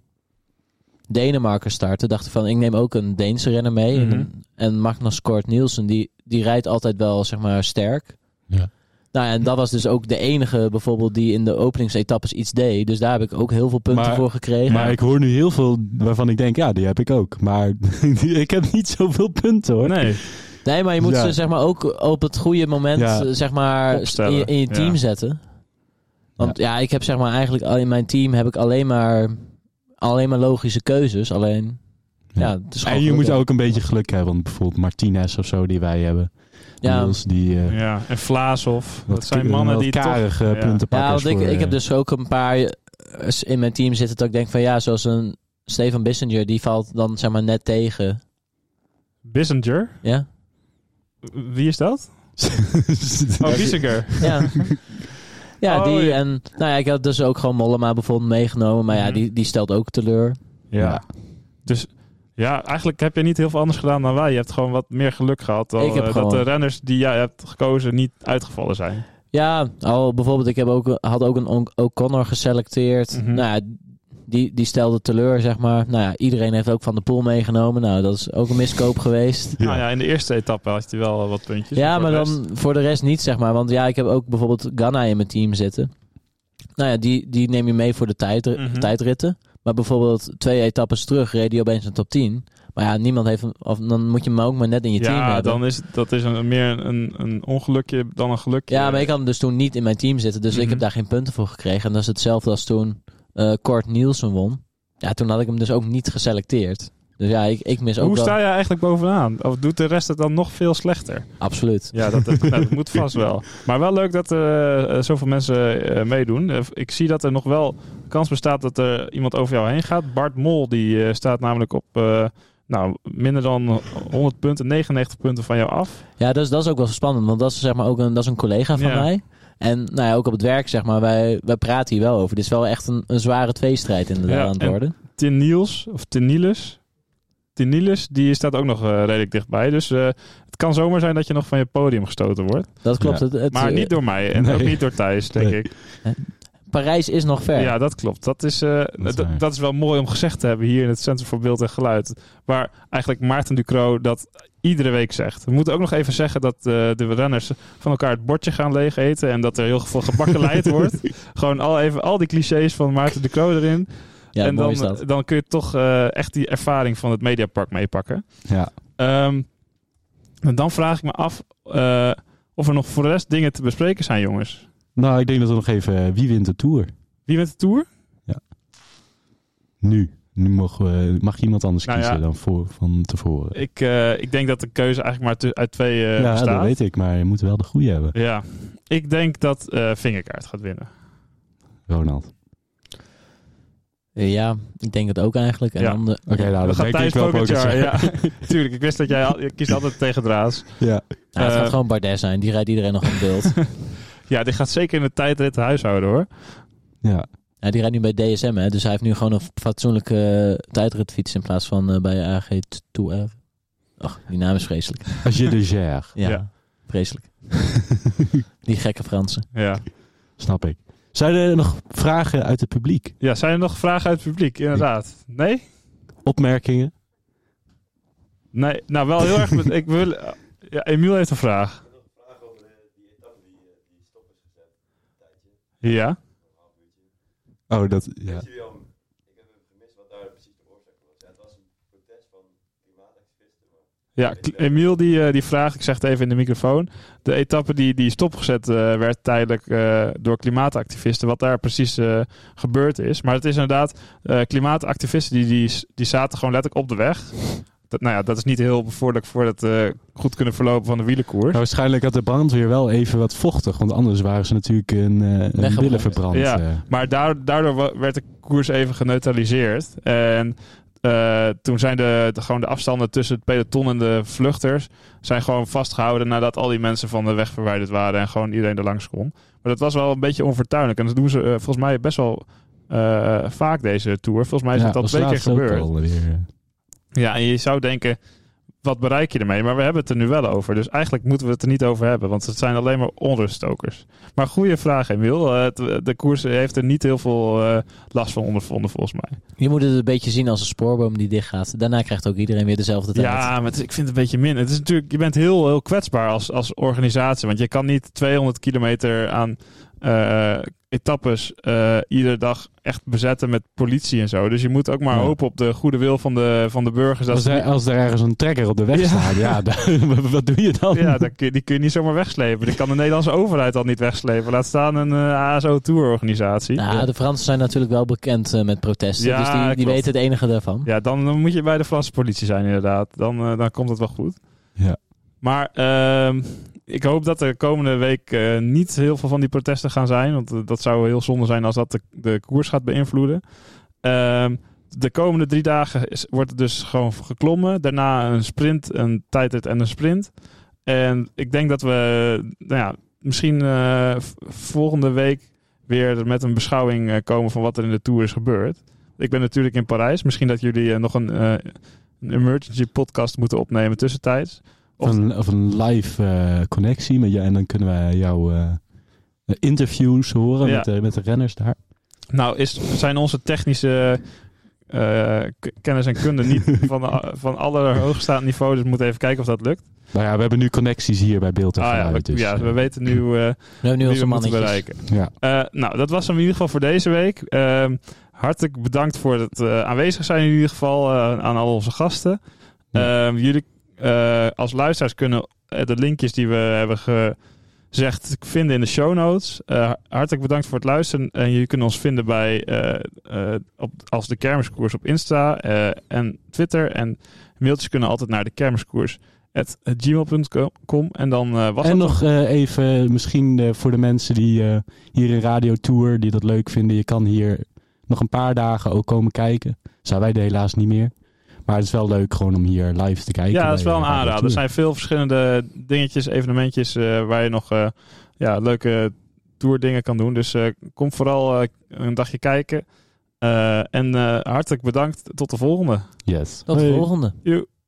Denemarken startte, dacht ik van, ik neem ook een Deense renner mee. Mm-hmm. En, en Magnus Kort Nielsen, die, die rijdt altijd wel, zeg maar, sterk. Ja. Nou ja, en dat was dus ook de enige bijvoorbeeld die in de openingsetappes iets deed. Dus daar heb ik ook heel veel punten Maar- voor gekregen. Maar ik hoor nu heel veel waarvan ik denk, ja, die heb ik ook. Maar ik heb niet zoveel punten, hoor. Nee. Nee, maar je moet Ja. ze zeg maar ook op het goede moment Ja. eh, zeg maar Opstellen. in je, in je team Ja. zetten. Want ja. ik heb zeg maar eigenlijk al in mijn team heb ik alleen maar alleen maar logische keuzes. Alleen ja, Ja. het is gewoon En je geluk moet hebben. ook een beetje geluk hebben. Want bijvoorbeeld Martinez of zo, die wij hebben. Ja. Niels, die uh, Ja, en Vlaashoff. Dat wat zijn k- mannen wat die toch... karige Ja. puntenpakkers Ja, want ik, voor, ik heb uh, dus ook een paar eh, in mijn team zitten dat ik denk van ja, zoals een Stefan Bissinger, die valt dan zeg maar net tegen. Bissinger? Ja. Wie is dat? Oh, Bissinger. Ja. Ja, Oh, die ja. en nou ja, ik had dus ook gewoon Mollema bijvoorbeeld meegenomen, maar ja, Mhm. die, die stelt ook teleur. Ja. Dus ja, eigenlijk heb je niet heel veel anders gedaan dan wij. Je hebt gewoon wat meer geluk gehad. Al, Ik heb uh, gewoon- Dat de renners die jij hebt gekozen niet uitgevallen zijn. Ja, al bijvoorbeeld, ik heb ook, had ook een On- O'Connor geselecteerd. Mhm. Nou ja, die, die stelde teleur, zeg maar. Nou ja, iedereen heeft ook Van der Poel meegenomen. Nou, dat is ook een miskoop geweest. Ja. Nou ja, in de eerste etappe had je wel wat puntjes. Ja, voor maar de dan rest- voor de rest niet, zeg maar. Want ja, ik heb ook bijvoorbeeld Ganna in mijn team zitten. Nou ja, die, die neem je mee voor de tijd, Mhm. tijdritten. Maar bijvoorbeeld twee etappes terug reed hij opeens een top tien. Maar ja, niemand heeft hem, of dan moet je hem ook maar net in je team Ja, hebben. dan is dat is een, meer een, een ongelukje dan een gelukje. Ja, maar ik had hem dus toen niet in mijn team zitten. Dus Mhm. ik heb daar geen punten voor gekregen. En dat is hetzelfde als toen uh, Kort Nielsen won. Ja, toen had ik hem dus ook niet geselecteerd. Dus ja, ik, ik mis ook Hoe wel... sta je eigenlijk bovenaan? Of doet de rest het dan nog veel slechter? Absoluut. Ja, dat, dat, nou, dat moet vast wel. Maar wel leuk dat er uh, zoveel mensen uh, meedoen. Uh, ik zie dat er nog wel kans bestaat dat er iemand over jou heen gaat. Bart Mol, die uh, staat namelijk op uh, nou, minder dan honderd punten, negenennegentig punten van jou af. Ja, dus dat is ook wel spannend. Want dat is zeg maar ook een, dat is een collega van Ja. mij. En nou ja, ook op het werk, zeg maar, wij, wij praten hier wel over. Dit is wel echt een, een zware tweestrijd inderdaad Ja, aan het en- worden. Tin Niels, of Tinilis. Tinilis, die staat ook nog uh, redelijk dichtbij. Dus uh, het kan zomaar zijn dat je nog van je podium gestoten wordt. Dat klopt. Ja. Het, het, Maar eh, niet door mij en nee. ook niet door Thijs, denk Nee. ik. Parijs is nog ver. Ja, dat klopt. Dat is, uh, is d- waar. dat is wel mooi om gezegd te hebben hier in het Centrum voor Beeld en Geluid. Waar eigenlijk Maarten Ducrot dat iedere week zegt. We moeten ook nog even zeggen dat uh, de renners van elkaar het bordje gaan leeg eten. En dat er heel veel gebakkeleid wordt. Gewoon al, even, al die clichés van Maarten Ducrot erin. Ja, en mooi dan, is dat. dan kun je toch uh, echt die ervaring van het Mediapark meepakken. ja. Um, en dan vraag ik me af uh, of er nog voor de rest dingen te bespreken zijn, jongens. Nou, ik denk dat we nog even... Wie wint de Tour? Wie wint de Tour? Nu. Nu mogen we, mag iemand anders Nou kiezen ja. dan voor, van tevoren. Ik, uh, ik denk dat de keuze eigenlijk maar te- uit twee uh, ja, bestaat. dat weet ik. Maar je moet wel de goede hebben. Ja, ik denk dat uh, Vingegaard gaat winnen. Ronald. Ja, ik denk het ook eigenlijk. En Ja. dan de, Oké, nou, Dan dat gaat denk Thijs ik wel. Pogacar. Ja, Pogacar. tuurlijk. Ik wist dat jij al, je kiest altijd tegen Draas. Ja. nou, het Eh, gaat gewoon Bardet zijn. Die rijdt iedereen nog in beeld. Ja, die gaat zeker in de tijdrit huishouden, hoor. Ja. Ja, die rijdt nu bij D S M, hè. Dus hij heeft nu gewoon een fatsoenlijke uh, tijdritfiets in plaats van uh, bij A G twee R. Ach, die naam is vreselijk. Als je de Ger. Ja, Ja. vreselijk. Die gekke Fransen. Ja. Snap ik. Zijn er nog vragen uit het publiek? ja, zijn er nog vragen uit het publiek? Inderdaad. Nee? Opmerkingen? Nee, nou wel heel erg... Met, ik wil, ja, Emiel heeft een vraag. Ik heb nog een vraag over de, die etappe die, uh, die stop is gezet. Een tijdje. Ja? Een half uurtje. Oh, dat... Ja. Weet jullie al, ik heb even gemist wat daar precies de oorzaak was. Ja, het was een protest van klimaatactivisten. Maar Ja, K- Emiel die, uh, die vraagt, ik zeg het even in de microfoon. De etappe die, die stopgezet uh, werd tijdelijk uh, door klimaatactivisten. Wat daar precies uh, gebeurd is. Maar het is inderdaad, uh, klimaatactivisten die, die, die zaten gewoon letterlijk op de weg. Dat, nou ja, dat is niet heel bevorderlijk voor het uh, goed kunnen verlopen van de wielerkoers. Nou, waarschijnlijk had de brandweer wel even wat vochtig. Want anders waren ze natuurlijk een, uh, een Weggebrand. billen verbrand. Ja, uh. maar daardoor, daardoor wa- werd de koers even geneutraliseerd. En uh, toen zijn de, de, gewoon de afstanden tussen het peloton en de vluchters zijn gewoon vastgehouden nadat al die mensen van de weg verwijderd waren en gewoon iedereen er langs kon. Maar dat was wel een beetje onfortuinlijk. En dat doen ze uh, volgens mij best wel uh, vaak deze Tour. Volgens mij is Ja, het al was twee keer laatst ook gebeurd. al weer, uh. Ja, en je zou denken, wat bereik je ermee? Maar we hebben het er nu wel over. Dus eigenlijk moeten we het er niet over hebben. Want het zijn alleen maar onruststokers. Maar goede vraag, Emiel. Uh, het, de koers heeft er niet heel veel uh, last van ondervonden, volgens mij. Je moet het een beetje zien als een spoorboom die dichtgaat. Daarna krijgt ook iedereen weer dezelfde tijd. Ja, maar het is- ik vind het een beetje min. Het is natuurlijk, je bent heel, heel kwetsbaar als, als organisatie. Want je kan niet tweehonderd kilometer aan uh, etappes uh, iedere dag echt bezetten met politie en zo. Dus je moet ook maar Ja. hopen op de goede wil van de, van de burgers. Dat Als ze er, als er ergens een trekker op de weg Ja. staat, ja, dan- wat doe je dan? Ja, dat kun je, die kun je niet zomaar wegslepen. Die kan de Nederlandse overheid al niet wegslepen. Laat staan een uh, A S O-tour-organisatie. Nou, Ja. de Fransen zijn natuurlijk wel bekend uh, met protesten. Ja, dus die, die klopt. weten het enige daarvan. Ja, dan, dan moet je bij de Franse politie zijn inderdaad. Dan, uh, dan komt het wel goed. Ja. Maar uh, ik hoop dat er komende week uh, niet heel veel van die protesten gaan zijn. Want uh, dat zou heel zonde zijn als dat de, de koers gaat beïnvloeden. Uh, de komende drie dagen is, wordt het dus gewoon geklommen. Daarna een sprint, een tijdrit en een sprint. En ik denk dat we nou ja, misschien uh, v- volgende week weer met een beschouwing uh, komen van wat er in de Tour is gebeurd. Ik ben natuurlijk in Parijs. Misschien dat jullie uh, nog een, uh, een emergency podcast moeten opnemen tussentijds. Of een, of een live uh, connectie met je, en dan kunnen wij jouw uh, interviews horen Ja. met, de, met de renners daar. Nou, is, zijn onze technische uh, k- kennis en kunde niet van, van allerhoogstaand niveau. Dus we moeten even kijken of dat lukt. Nou ja, we hebben nu connecties hier bij Beeld en Ah, ja, Geluid. we, dus, ja, uh, we weten nu uh, We hebben nu wie onze we moeten mannetjes. bereiken. ja. Uh, nou, dat was hem in ieder geval voor deze week. Uh, hartelijk bedankt voor het uh, aanwezig zijn in ieder geval uh, aan al onze gasten. Ja. Uh, jullie uh, als luisteraars kunnen uh, de linkjes die we hebben gezegd vinden in de show notes. Uh, hartelijk bedankt voor het luisteren. En jullie kunnen ons vinden bij uh, uh, op, als de Kermiskoers op Insta uh, en Twitter. En mailtjes kunnen altijd naar de kermiskoers at gmail punt com. En dan uh, was En dat nog uh, even, misschien uh, voor de mensen die uh, hier in Radio Tour, die dat leuk vinden. Je kan hier nog een paar dagen ook komen kijken. Zijn wij er helaas niet meer. Maar het is wel leuk gewoon om hier live te kijken. Ja, dat is bij, wel een uh, Radio aanrader. Er Tour. zijn veel verschillende dingetjes, evenementjes uh, waar je nog uh, ja, leuke tourdingen kan doen. Dus uh, kom vooral uh, een dagje kijken. Uh, en uh, hartelijk bedankt. Tot de volgende. Yes. Tot de Hoi. volgende. Joe.